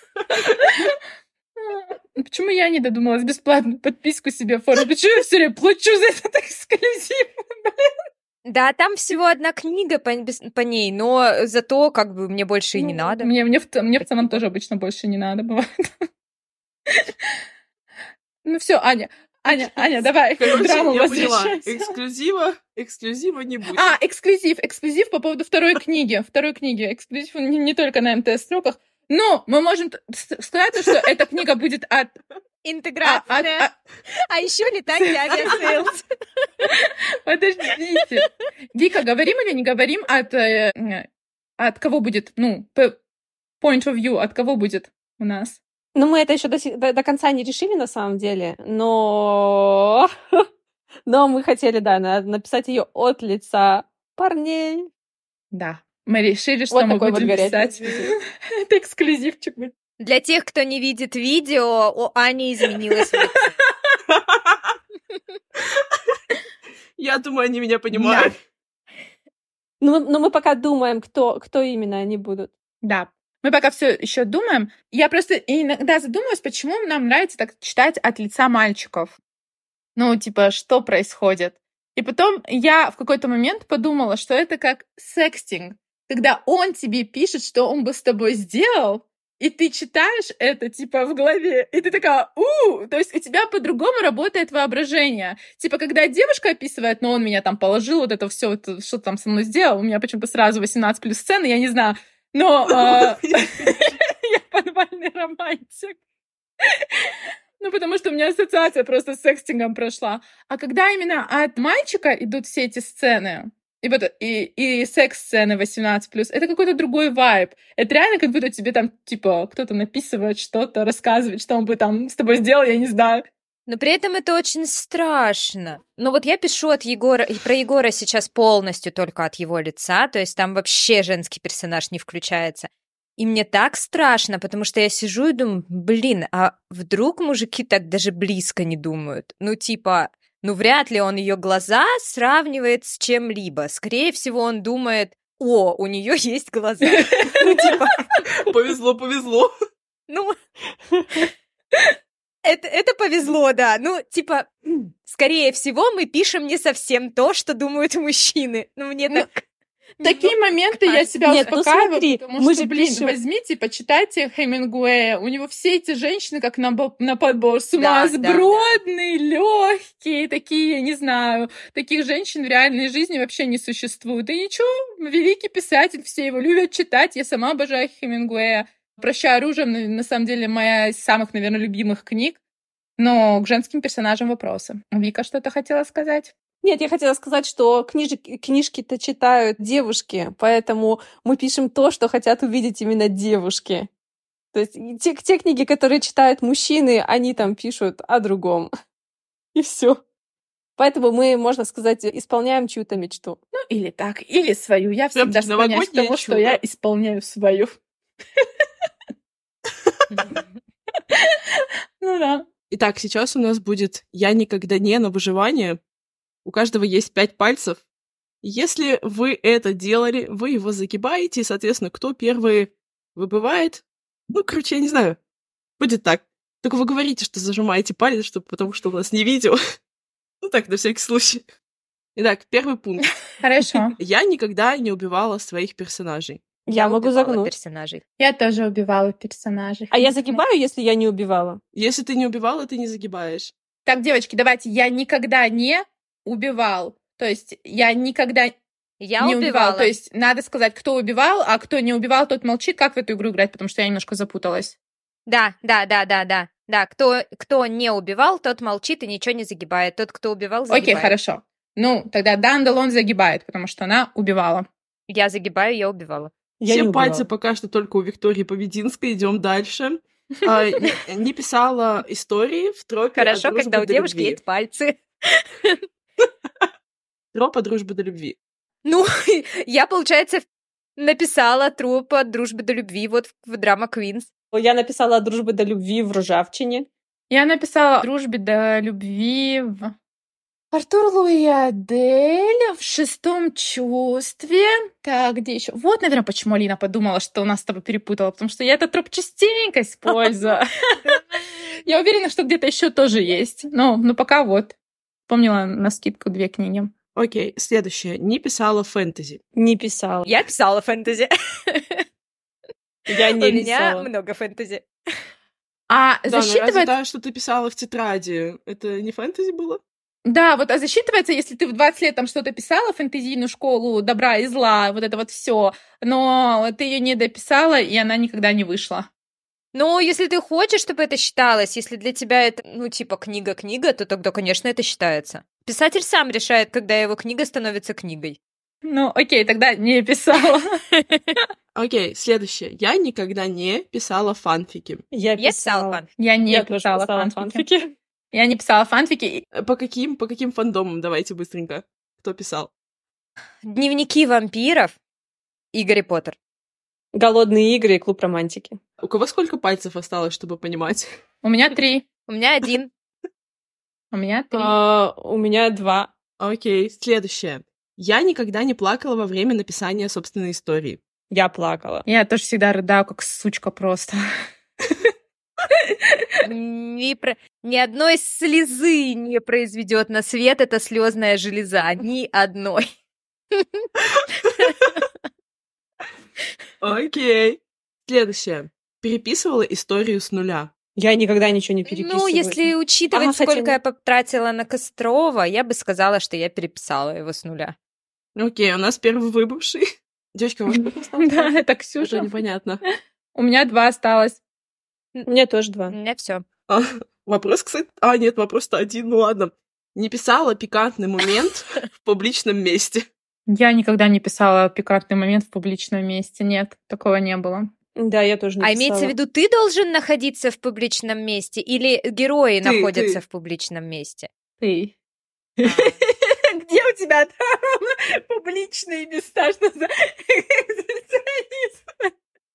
Почему я не додумалась бесплатную подписку себе оформить? Почему я все время плачу за этот эксклюзив? Да, там всего одна книга по ней, но зато как бы мне больше и не надо. Мне в целом тоже обычно больше не надо, бывает. Ну все, Аня, давай. Драму я поняла. Эксклюзива не будет. Эксклюзив по поводу второй книги. Эксклюзив не только на МТС Строках. Но мы можем сказать, что эта книга будет от... Интеграция. А еще летать авиасейлс. Подождите. Вика, говорим или не говорим от кого будет, point of view, от кого будет у нас? Ну, мы это еще до конца не решили, на самом деле, но мы хотели, написать ее от лица парней. Да. Мы решили, что мы будем писать. Это эксклюзивчик будет. Для тех, кто не видит видео, у Ани изменилось лицо. Я думаю, они меня понимают. Но мы пока думаем, кто именно они будут. Да. Мы пока все еще думаем. Я просто иногда задумываюсь, почему нам нравится так читать от лица мальчиков. Что происходит? И потом я в какой-то момент подумала, что это как секстинг. Когда он тебе пишет, что он бы с тобой сделал, и ты читаешь это, в голове, и ты такая: то есть у тебя по-другому работает воображение. Когда девушка описывает: он меня там положил, вот это все, что там со мной сделал, у меня почему-то сразу 18+ сцены, я не знаю, но я подвальный романтик. Потому что у меня ассоциация просто с секстингом прошла. А когда именно от мальчика идут все эти сцены, и секс-сцены 18+, это какой-то другой вайб. Это реально как будто тебе там, кто-то написывает что-то, рассказывает, что он бы там с тобой сделал, я не знаю. Но при этом это очень страшно. Но вот я пишу от Егора, и про Егора сейчас полностью только от его лица, то есть там вообще женский персонаж не включается. И мне так страшно, потому что я сижу и думаю, блин, а вдруг мужики так даже близко не думают? Ну, типа, ну, вряд ли он ее глаза сравнивает с чем-либо. Скорее всего, он думает, о, у нее есть глаза. Ну, типа... Повезло. Ну... Это повезло, да. Ну, типа, скорее всего, мы пишем не совсем то, что думают мужчины. Ну, мне так... Такие моменты я себя успокаиваю, потому что, блин, возьмите, почитайте Хемингуэя. У него все эти женщины, как на подбор, сумасбродные, легкие, такие, не знаю, таких женщин в реальной жизни вообще не существует. И ничего, великий писатель, все его любят читать. Я сама обожаю Хемингуэя. «Прощай, оружие», на самом деле, моя из самых, наверное, любимых книг. Но к женским персонажам вопросы. Вика что-то хотела сказать? Нет, я хотела сказать, что книжки-то читают девушки, поэтому мы пишем то, что хотят увидеть именно девушки. То есть те книги, которые читают мужчины, они там пишут о другом. И все. Поэтому мы, можно сказать, исполняем чью-то мечту. Ну, или так, или свою. Я всегда склоняюсь к тому, что я исполняю свою. Ну да. Итак, сейчас у нас будет «Я никогда не» на выживание. У каждого есть 5 пальцев. Если вы это делали, вы его загибаете, и, соответственно, кто первый выбывает, ну, короче, я не знаю, будет так. Только вы говорите, что зажимаете палец, потому что у нас не видео. Ну так, на всякий случай. Итак, первый пункт. Хорошо. Я никогда не убивала своих персонажей. Я могу загнуть персонажей. Я тоже убивала персонажей. А я загибаю, если я не убивала? Если ты не убивала, ты не загибаешь. Так, девочки, давайте. Я никогда не убивал. То есть я никогда не убивал. То есть надо сказать, кто убивал, а кто не убивал, тот молчит. Как в эту игру играть? Потому что я немножко запуталась. Да. Да, кто не убивал, тот молчит и ничего не загибает. Тот, кто убивал, загибает. Окей, хорошо. Ну, тогда Дандалон загибает, потому что она убивала. Я загибаю, я убивала. Все пальцы пока что только у Виктории Побединской. Идем дальше. Не писала истории в тропе. Хорошо, когда у девушки есть пальцы. Троп от дружбы до любви. Ну, я, получается, написала троп от дружбы до любви вот в Драма Квинс. Я написала от дружбы до любви в Ржавчине. Я написала о дружбе до любви в Артур Луи Адель в «Шестом чувстве». Так, где еще? Вот, наверное, почему Алина подумала, что у нас с тобой перепутала, потому что я этот троп частенько использую. Я уверена, что где-то еще тоже есть. Ну, пока вот. Помнила на скидку 2 книги. Окей, следующее. Не писала фэнтези. Не писала. Я писала фэнтези. Я не У меня писала. много фэнтези. А Да, засчитывается... что ты писала в тетради, это не фэнтези было? Да, вот, а засчитывается, если ты в 20 лет там что-то писала, фэнтезийную школу добра и зла, вот это вот все, но ты ее не дописала, и она никогда не вышла. Ну, если ты хочешь, чтобы это считалось, если для тебя это, ну, типа, книга-книга, то тогда, конечно, это считается. Писатель сам решает, когда его книга становится книгой. Ну, окей, тогда не писала. Окей, следующее. Я никогда не писала фанфики. Я писала фанфики. Я не Я писала тоже фанфики. Я не писала фанфики. По каким фандомам? Давайте быстренько. Кто писал? Дневники вампиров и Гарри Поттер. Голодные игры и клуб романтики. У кого сколько пальцев осталось, чтобы понимать? У меня 3. У меня 1. У меня 3. У меня 2. Окей, следующее. Я никогда не плакала во время написания собственной истории. Я плакала. Я тоже всегда рыдаю, как сучка просто. Ни одной слезы не произведет на свет эта слезная железа. Ни одной. Окей. Следующее. Переписывала историю с нуля. Я никогда ничего не переписываю. Ну, если учитывать, сколько я потратила на Кострова, я бы сказала, что я переписала его с нуля. Окей, у нас первый выбывший. Девочка, может быть, осталось? Да, это Ксюша. Уже непонятно. У меня 2 осталось. У меня тоже 2. У меня все. Вопрос, кстати... нет, вопрос-то 1, ну ладно. Не писала пикантный момент в публичном месте. Я никогда не писала пикантный момент в публичном месте. Нет, такого не было. Да, я тоже написала. А имеется в виду, ты должен находиться в публичном месте или герои находятся в публичном месте? Ты. Где у тебя там публичные места? Что за экзибиционизм?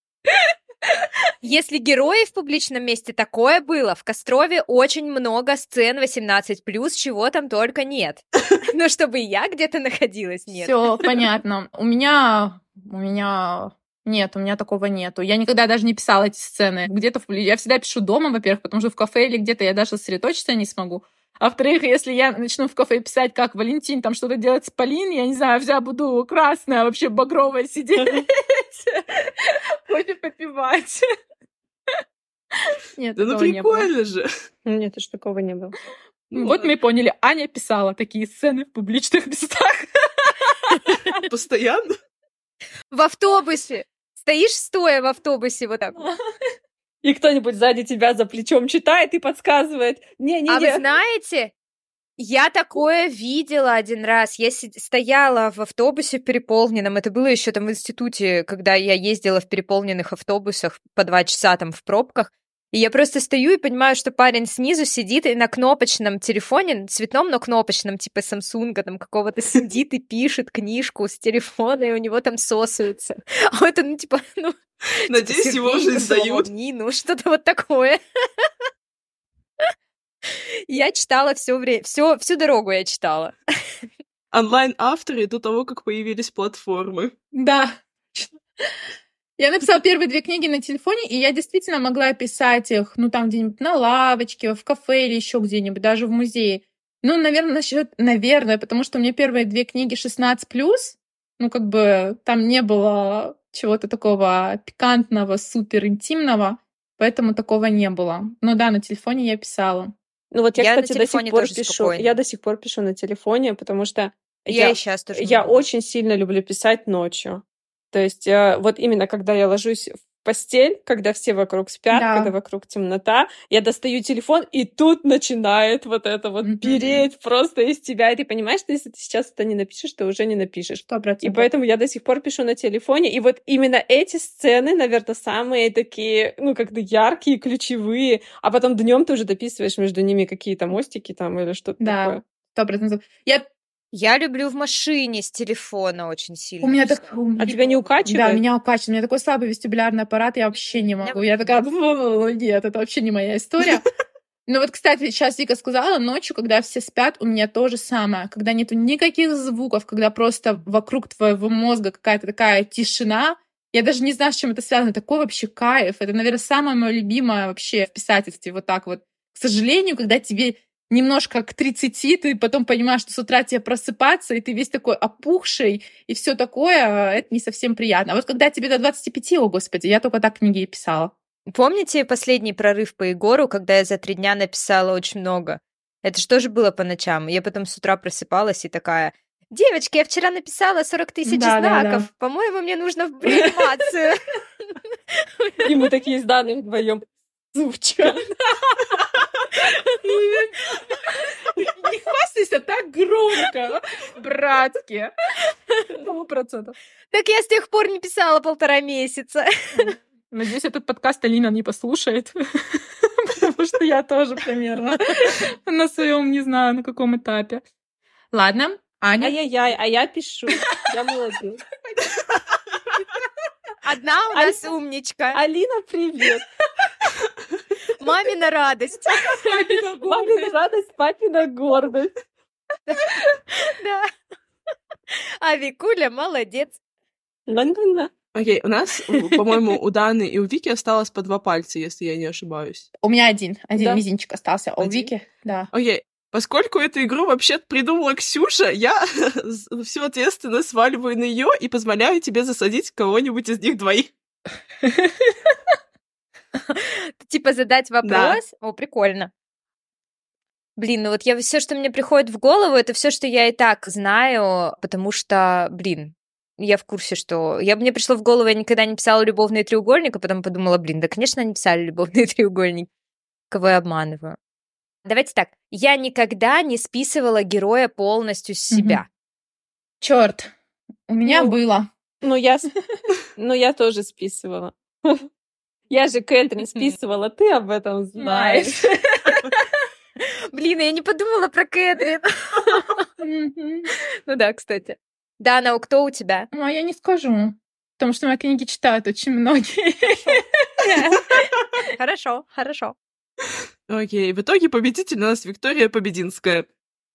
Если герои в публичном месте, такое было. В Кострове очень много сцен 18+, чего там только нет. Но чтобы я где-то находилась, нет. Все понятно. У меня нет, у меня такого нету. Я никогда даже не писала эти сцены. Я всегда пишу дома, во-первых, потому что в кафе или где-то я даже сосредоточиться не смогу. А во-вторых, если я начну в кафе писать, как Валентин там что-то делает с Полин, я не знаю, вся буду красная, вообще багровая сидеть, кофе попивать. Нет, да ну прикольно же. Нет, уж такого не было. Вот мы и поняли, Аня писала такие сцены в публичных местах. Постоянно? В автобусе. Стоишь стоя в автобусе вот так. И кто-нибудь сзади тебя за плечом читает и подсказывает. А вы знаете, я такое видела один раз. Я стояла в автобусе переполненном. Это было еще там в институте, когда я ездила в переполненных автобусах по 2 часа там в пробках. И я просто стою и понимаю, что парень снизу сидит и на кнопочном телефоне, цветном, но кнопочном, типа Samsung там какого-то, сидит и пишет книжку с телефона, и у него там сосаются. А это, надеюсь, типа, его уже издают. Что-то вот такое. Я читала все время, всю дорогу я читала. Онлайн-авторы до того, как появились платформы. Да. Я написала первые 2 книги на телефоне, и я действительно могла писать их, там где-нибудь на лавочке, в кафе или еще где-нибудь, даже в музее. Наверное, потому что у меня первые 2 книги 16+, там не было чего-то такого пикантного, супер интимного, поэтому такого не было. Но да, на телефоне я писала. Я, кстати, до сих пор пишу. Спокойно. Я до сих пор пишу на телефоне, потому что я и сейчас тоже я очень сильно люблю писать ночью. То есть вот именно когда я ложусь в постель, когда все вокруг спят, когда вокруг темнота, я достаю телефон, и тут начинает вот это вот переть просто из тебя. И ты понимаешь, что если ты сейчас это не напишешь, то уже не напишешь. 100%. И поэтому я до сих пор пишу на телефоне. И вот именно эти сцены, наверное, самые такие, как-то яркие, ключевые. А потом днем ты уже дописываешь между ними какие-то мостики там или что-то такое. 100%. Я люблю в машине с телефона очень сильно. У меня А тебя не укачивает? Да, меня укачивает. У меня такой слабый вестибулярный аппарат, я вообще не могу. Я такая, нет, это вообще не моя история. Но вот, кстати, сейчас Вика сказала, ночью, когда все спят, у меня то же самое. Когда нету никаких звуков, когда просто вокруг твоего мозга какая-то такая тишина. Я даже не знаю, с чем это связано. Такой вообще кайф. Это, наверное, самое мое любимое вообще в писательстве. Вот так вот. К сожалению, когда тебе немножко к 30, ты потом понимаешь, что с утра тебе просыпаться, и ты весь такой опухший, и все такое, это не совсем приятно. А вот когда тебе до 25, о господи, я только так книги и писала. Помните последний прорыв по Егору, когда я за 3 дня написала очень много? Это же тоже было по ночам. Я потом с утра просыпалась и такая: девочки, я вчера написала 40 000 знаков. По-моему, мне нужно в реанимацию. И мы такие с Даной вдвоем. Звучат. Не хвастайся так громко, братки. 100%. Так я с тех пор не писала 1,5 месяца. Надеюсь, этот подкаст Алина не послушает, потому что я тоже примерно на своем, не знаю, на каком этапе. Ладно, Аня. Ай-яй-яй, а я пишу. Я молодец. Одна у нас умничка. Алина, привет. Мамина радость. Мамина радость, папина гордость. Да. А Викуля молодец. Окей, у нас, по-моему, у Даны и у Вики осталось по 2 пальца, если я не ошибаюсь. У меня один мизинчик остался, а у Вики, да. Окей, поскольку эту игру вообще придумала Ксюша, я всю ответственность сваливаю на нее и позволяю тебе засадить кого-нибудь из них 2. Типа задать вопрос? Да. О, прикольно. Блин, вот все, что мне приходит в голову, это все, что я и так знаю, потому что, я в курсе, что... Мне пришло в голову, я никогда не писала любовный треугольник, а потом подумала, да, конечно, они писали любовный треугольник. Кого я обманываю? Давайте так. Я никогда не списывала героя полностью с себя. Чёрт, у меня было. Но я тоже списывала. Я же Кэтрин списывала, ты об этом знаешь. Блин, я не подумала про Кэтрин. Ну да, кстати. Дана, кто у тебя? Ну, а я не скажу, потому что мои книги читают очень многие. Хорошо, хорошо. Окей, в итоге победитель у нас Виктория Побединская.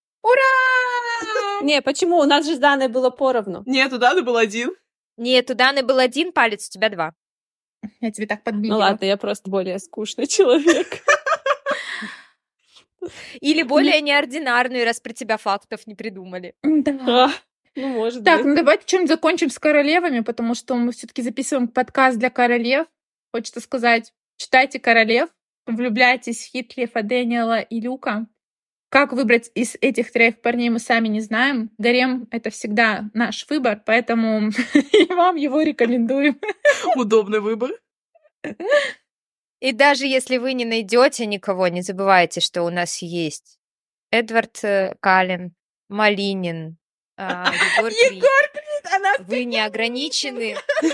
Ура! Не, почему? У нас же с Даной было поровну. Нет, у Даны был 1. Нет, у Даны был 1 палец, у тебя 2. Я тебе так подбила. Ну ладно, я просто более скучный человек. Или более неординарную, раз про тебя фактов не придумали. Да. Ну, может Так, быть. ну давайте чем-нибудь закончим с королевами, потому что мы все-таки записываем подкаст для королев. Хочется сказать, читайте королев, влюбляйтесь в Хитклифа, Дэниела и Люка. Как выбрать из этих 3 парней, мы сами не знаем. Гарем — это всегда наш выбор, поэтому и вам его рекомендуем. Удобный выбор. И даже если вы не найдете никого, не забывайте, что у нас есть Эдвард Каллен, Малинин, Егор Крид. Она Вы не ограничены.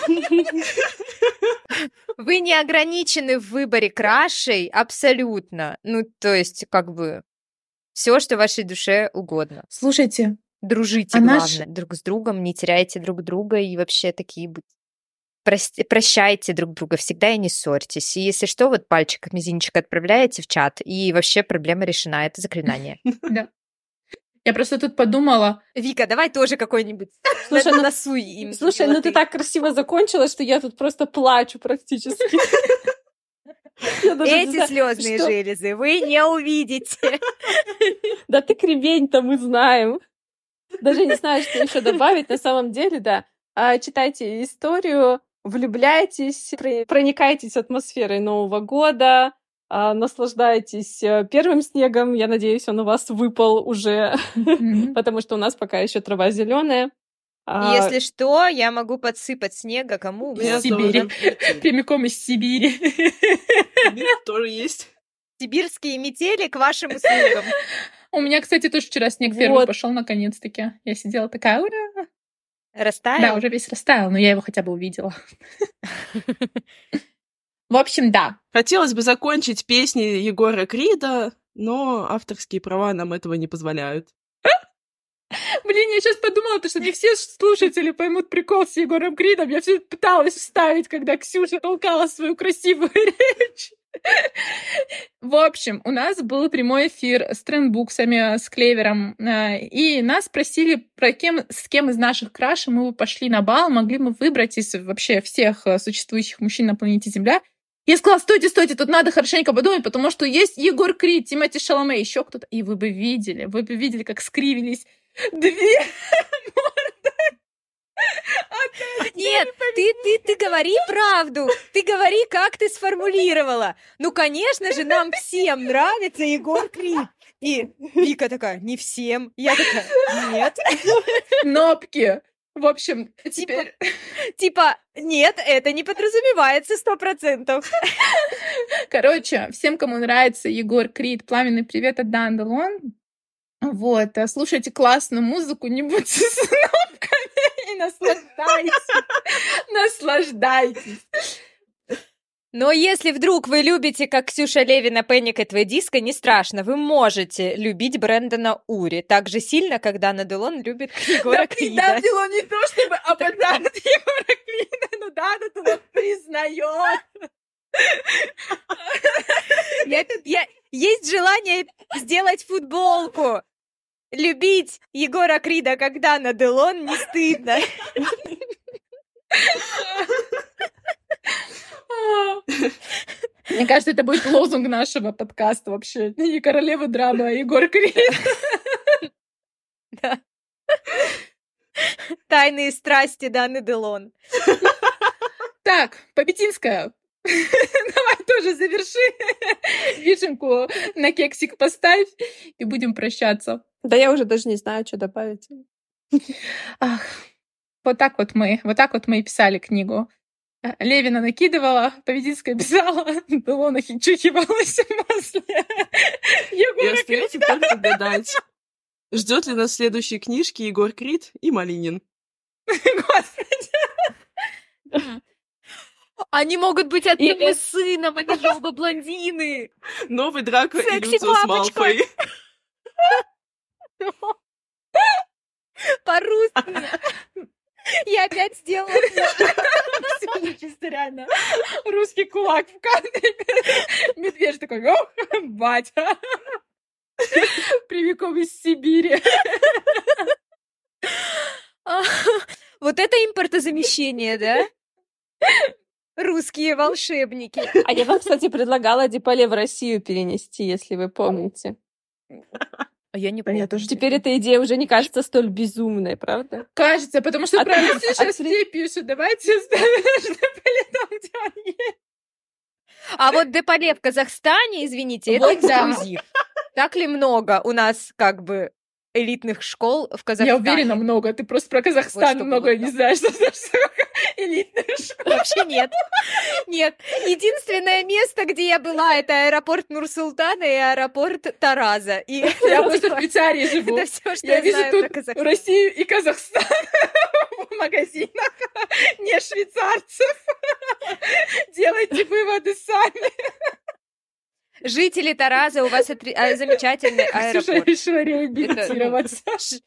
Вы не ограничены в выборе крашей абсолютно. Ну, то есть, как бы, все, что вашей душе угодно. Слушайте, Дружите, главное, друг с другом, не теряйте друг друга и вообще такие будьте. Прощайте друг друга всегда и не ссорьтесь. И если что, вот пальчик, мизинчик отправляете в чат, и вообще проблема решена. Это заклинание. да. Я просто тут подумала, Вика, давай тоже какой-нибудь. Слушай, ну- Насуй им. Слушай, ну ты так красиво закончила, что я тут просто плачу практически. Я даже не Эти знаю, слезные что- железы вы не увидите. Да ты кривень-то мы знаем. Даже не знаю, что еще добавить. На самом деле, да. Читайте историю, влюбляйтесь, проникайтесь атмосферой Нового года, наслаждайтесь первым снегом. Я надеюсь, он у вас выпал уже, потому что у нас пока еще трава зеленая. Если что, я могу подсыпать снега кому У меня угодно. Сибири. тоже. прямиком из Сибири. Тоже есть. Сибирские метели к вашим услугам. У меня, кстати, тоже вчера снег Вот. первый пошел наконец-таки. Я сидела такая, ура! Растаял? Да, уже весь растаял, но я его хотя бы увидела. В общем, да. Хотелось бы закончить песни Егора Крида, но авторские права нам этого не позволяют. Блин, я сейчас подумала, что не все слушатели поймут прикол с Егором Кридом. Я все пыталась вставить, когда Ксюша толкала свою красивую речь. В общем, у нас был прямой эфир с трендбуксами, с Клевером, и нас спросили, с кем из наших крашей мы бы пошли на бал, могли мы выбрать из вообще всех существующих мужчин на планете Земля. Я сказала, стойте, тут надо хорошенько подумать, потому что есть Егор Крид, Тимоти Шаломе, еще кто-то. И вы бы видели, как скривились 2 морды. Нет, ты говори правду. Ты говори, как ты сформулировала. Ну, конечно же, нам всем нравится Егор Крид. И Вика такая, не всем. Я такая, нет. Кнопки. В общем, теперь... Типа, нет, это не подразумевается 100%. Короче, всем, кому нравится Егор Крид, пламенный привет от Дан Делон. Вот, слушайте классную музыку, не будьте с кнопками и наслаждайтесь. Но если вдруг вы любите, как Ксюша Левина, Panic at the Disco, не страшно, вы можете любить Брэндона Ури так же сильно, как Дана Делон любит Егора Крида. Дан Делон не то чтобы обожает Егора Крида, но Дана Делон признает. Есть желание сделать футболку. Любить Егора Крида, как Дана Делон, не стыдно. Мне кажется, это будет лозунг нашего подкаста вообще. Не королева драмы, а Егор Крид. Да. Тайные страсти Даны Делон. Так, Побединская. Давай тоже заверши. Вишенку на кексик поставь, и будем прощаться. Да я уже даже не знаю, что добавить. Ах, вот так вот мы и писали книгу. Левина накидывала, Побединская писала, Делона хичухивалась после И Егора остается только гадать, ждет ли нас в следующей книжке Егор Крид и Малинин. Господи. Они могут быть отцом и сыном, они же оба блондины. Новый Драко и Люциус Малфой. По-русски. Я опять сделала. Чисто реально. Русский кулак в кадре. Медведь такой, ох, батя. Прямиком из Сибири. Вот это импортозамещение, да? Русские волшебники. А я вам, кстати, предлагала Депале в Россию перенести, если вы помните. А я не помню. Теперь эта идея уже не кажется столь безумной, правда? Кажется, потому что про Россию сейчас все пишут. Давайте оставим Депале там, где он есть. А вот Депале в Казахстане, извините, это эксклюзив. Так ли много у нас как бы элитных школ в Казахстане? Я уверена, много. Ты просто про Казахстан вот много не знаешь, что элитных школ. Вообще нет. Нет. Единственное место, где я была, это аэропорт Нур-Султана и аэропорт Тараза. И я просто в Швейцарии живу. Это все, что я вижу знаю тут про Казахстан. Россию и Казахстан в магазинах. Не швейцарцев. Делайте выводы сами. Жители Тараза, у вас замечательный аэропорт. Ксюша решила реабилитироваться.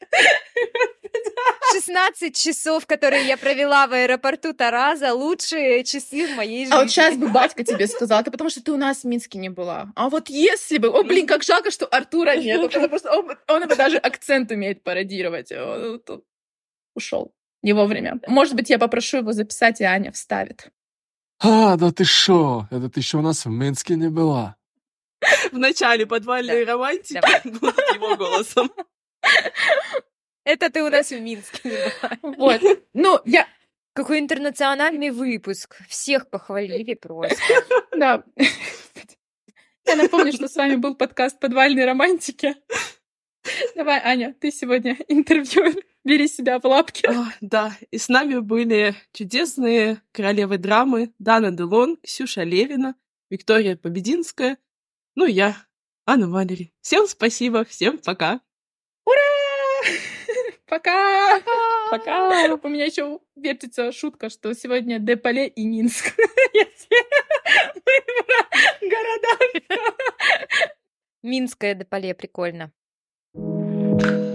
16 часов, которые я провела в аэропорту Тараза, лучшие часы в моей жизни. А вот сейчас бы батька тебе сказал, это потому что ты у нас в Минске не была. А вот если бы... О, блин, как жалко, что Артура нет. Потому что он бы даже акцент умеет пародировать. Ушел не вовремя. Может быть, я попрошу его записать, и Аня вставит. Да ты шо? Это ты еще у нас в Минске не была. В начале подвальной романтики будут его голосом. Это ты у нас в Минске не была. Вот. Ну, я... Какой интернациональный выпуск. Всех похвалили просто. Да. Я напомню, что с вами был подкаст «Подвальной романтики». Давай, Аня, ты сегодня интервьюер. Бери себя в лапки. Да, и с нами были чудесные королевы драмы Дана Делон, Ксюша Левина, Виктория Побединская, ну и я, Анна Валери. Всем спасибо, всем пока. Ура! Пока! Пока! У меня еще вертится шутка, что сегодня Депале и Минск. Города. Минское Депале, прикольно.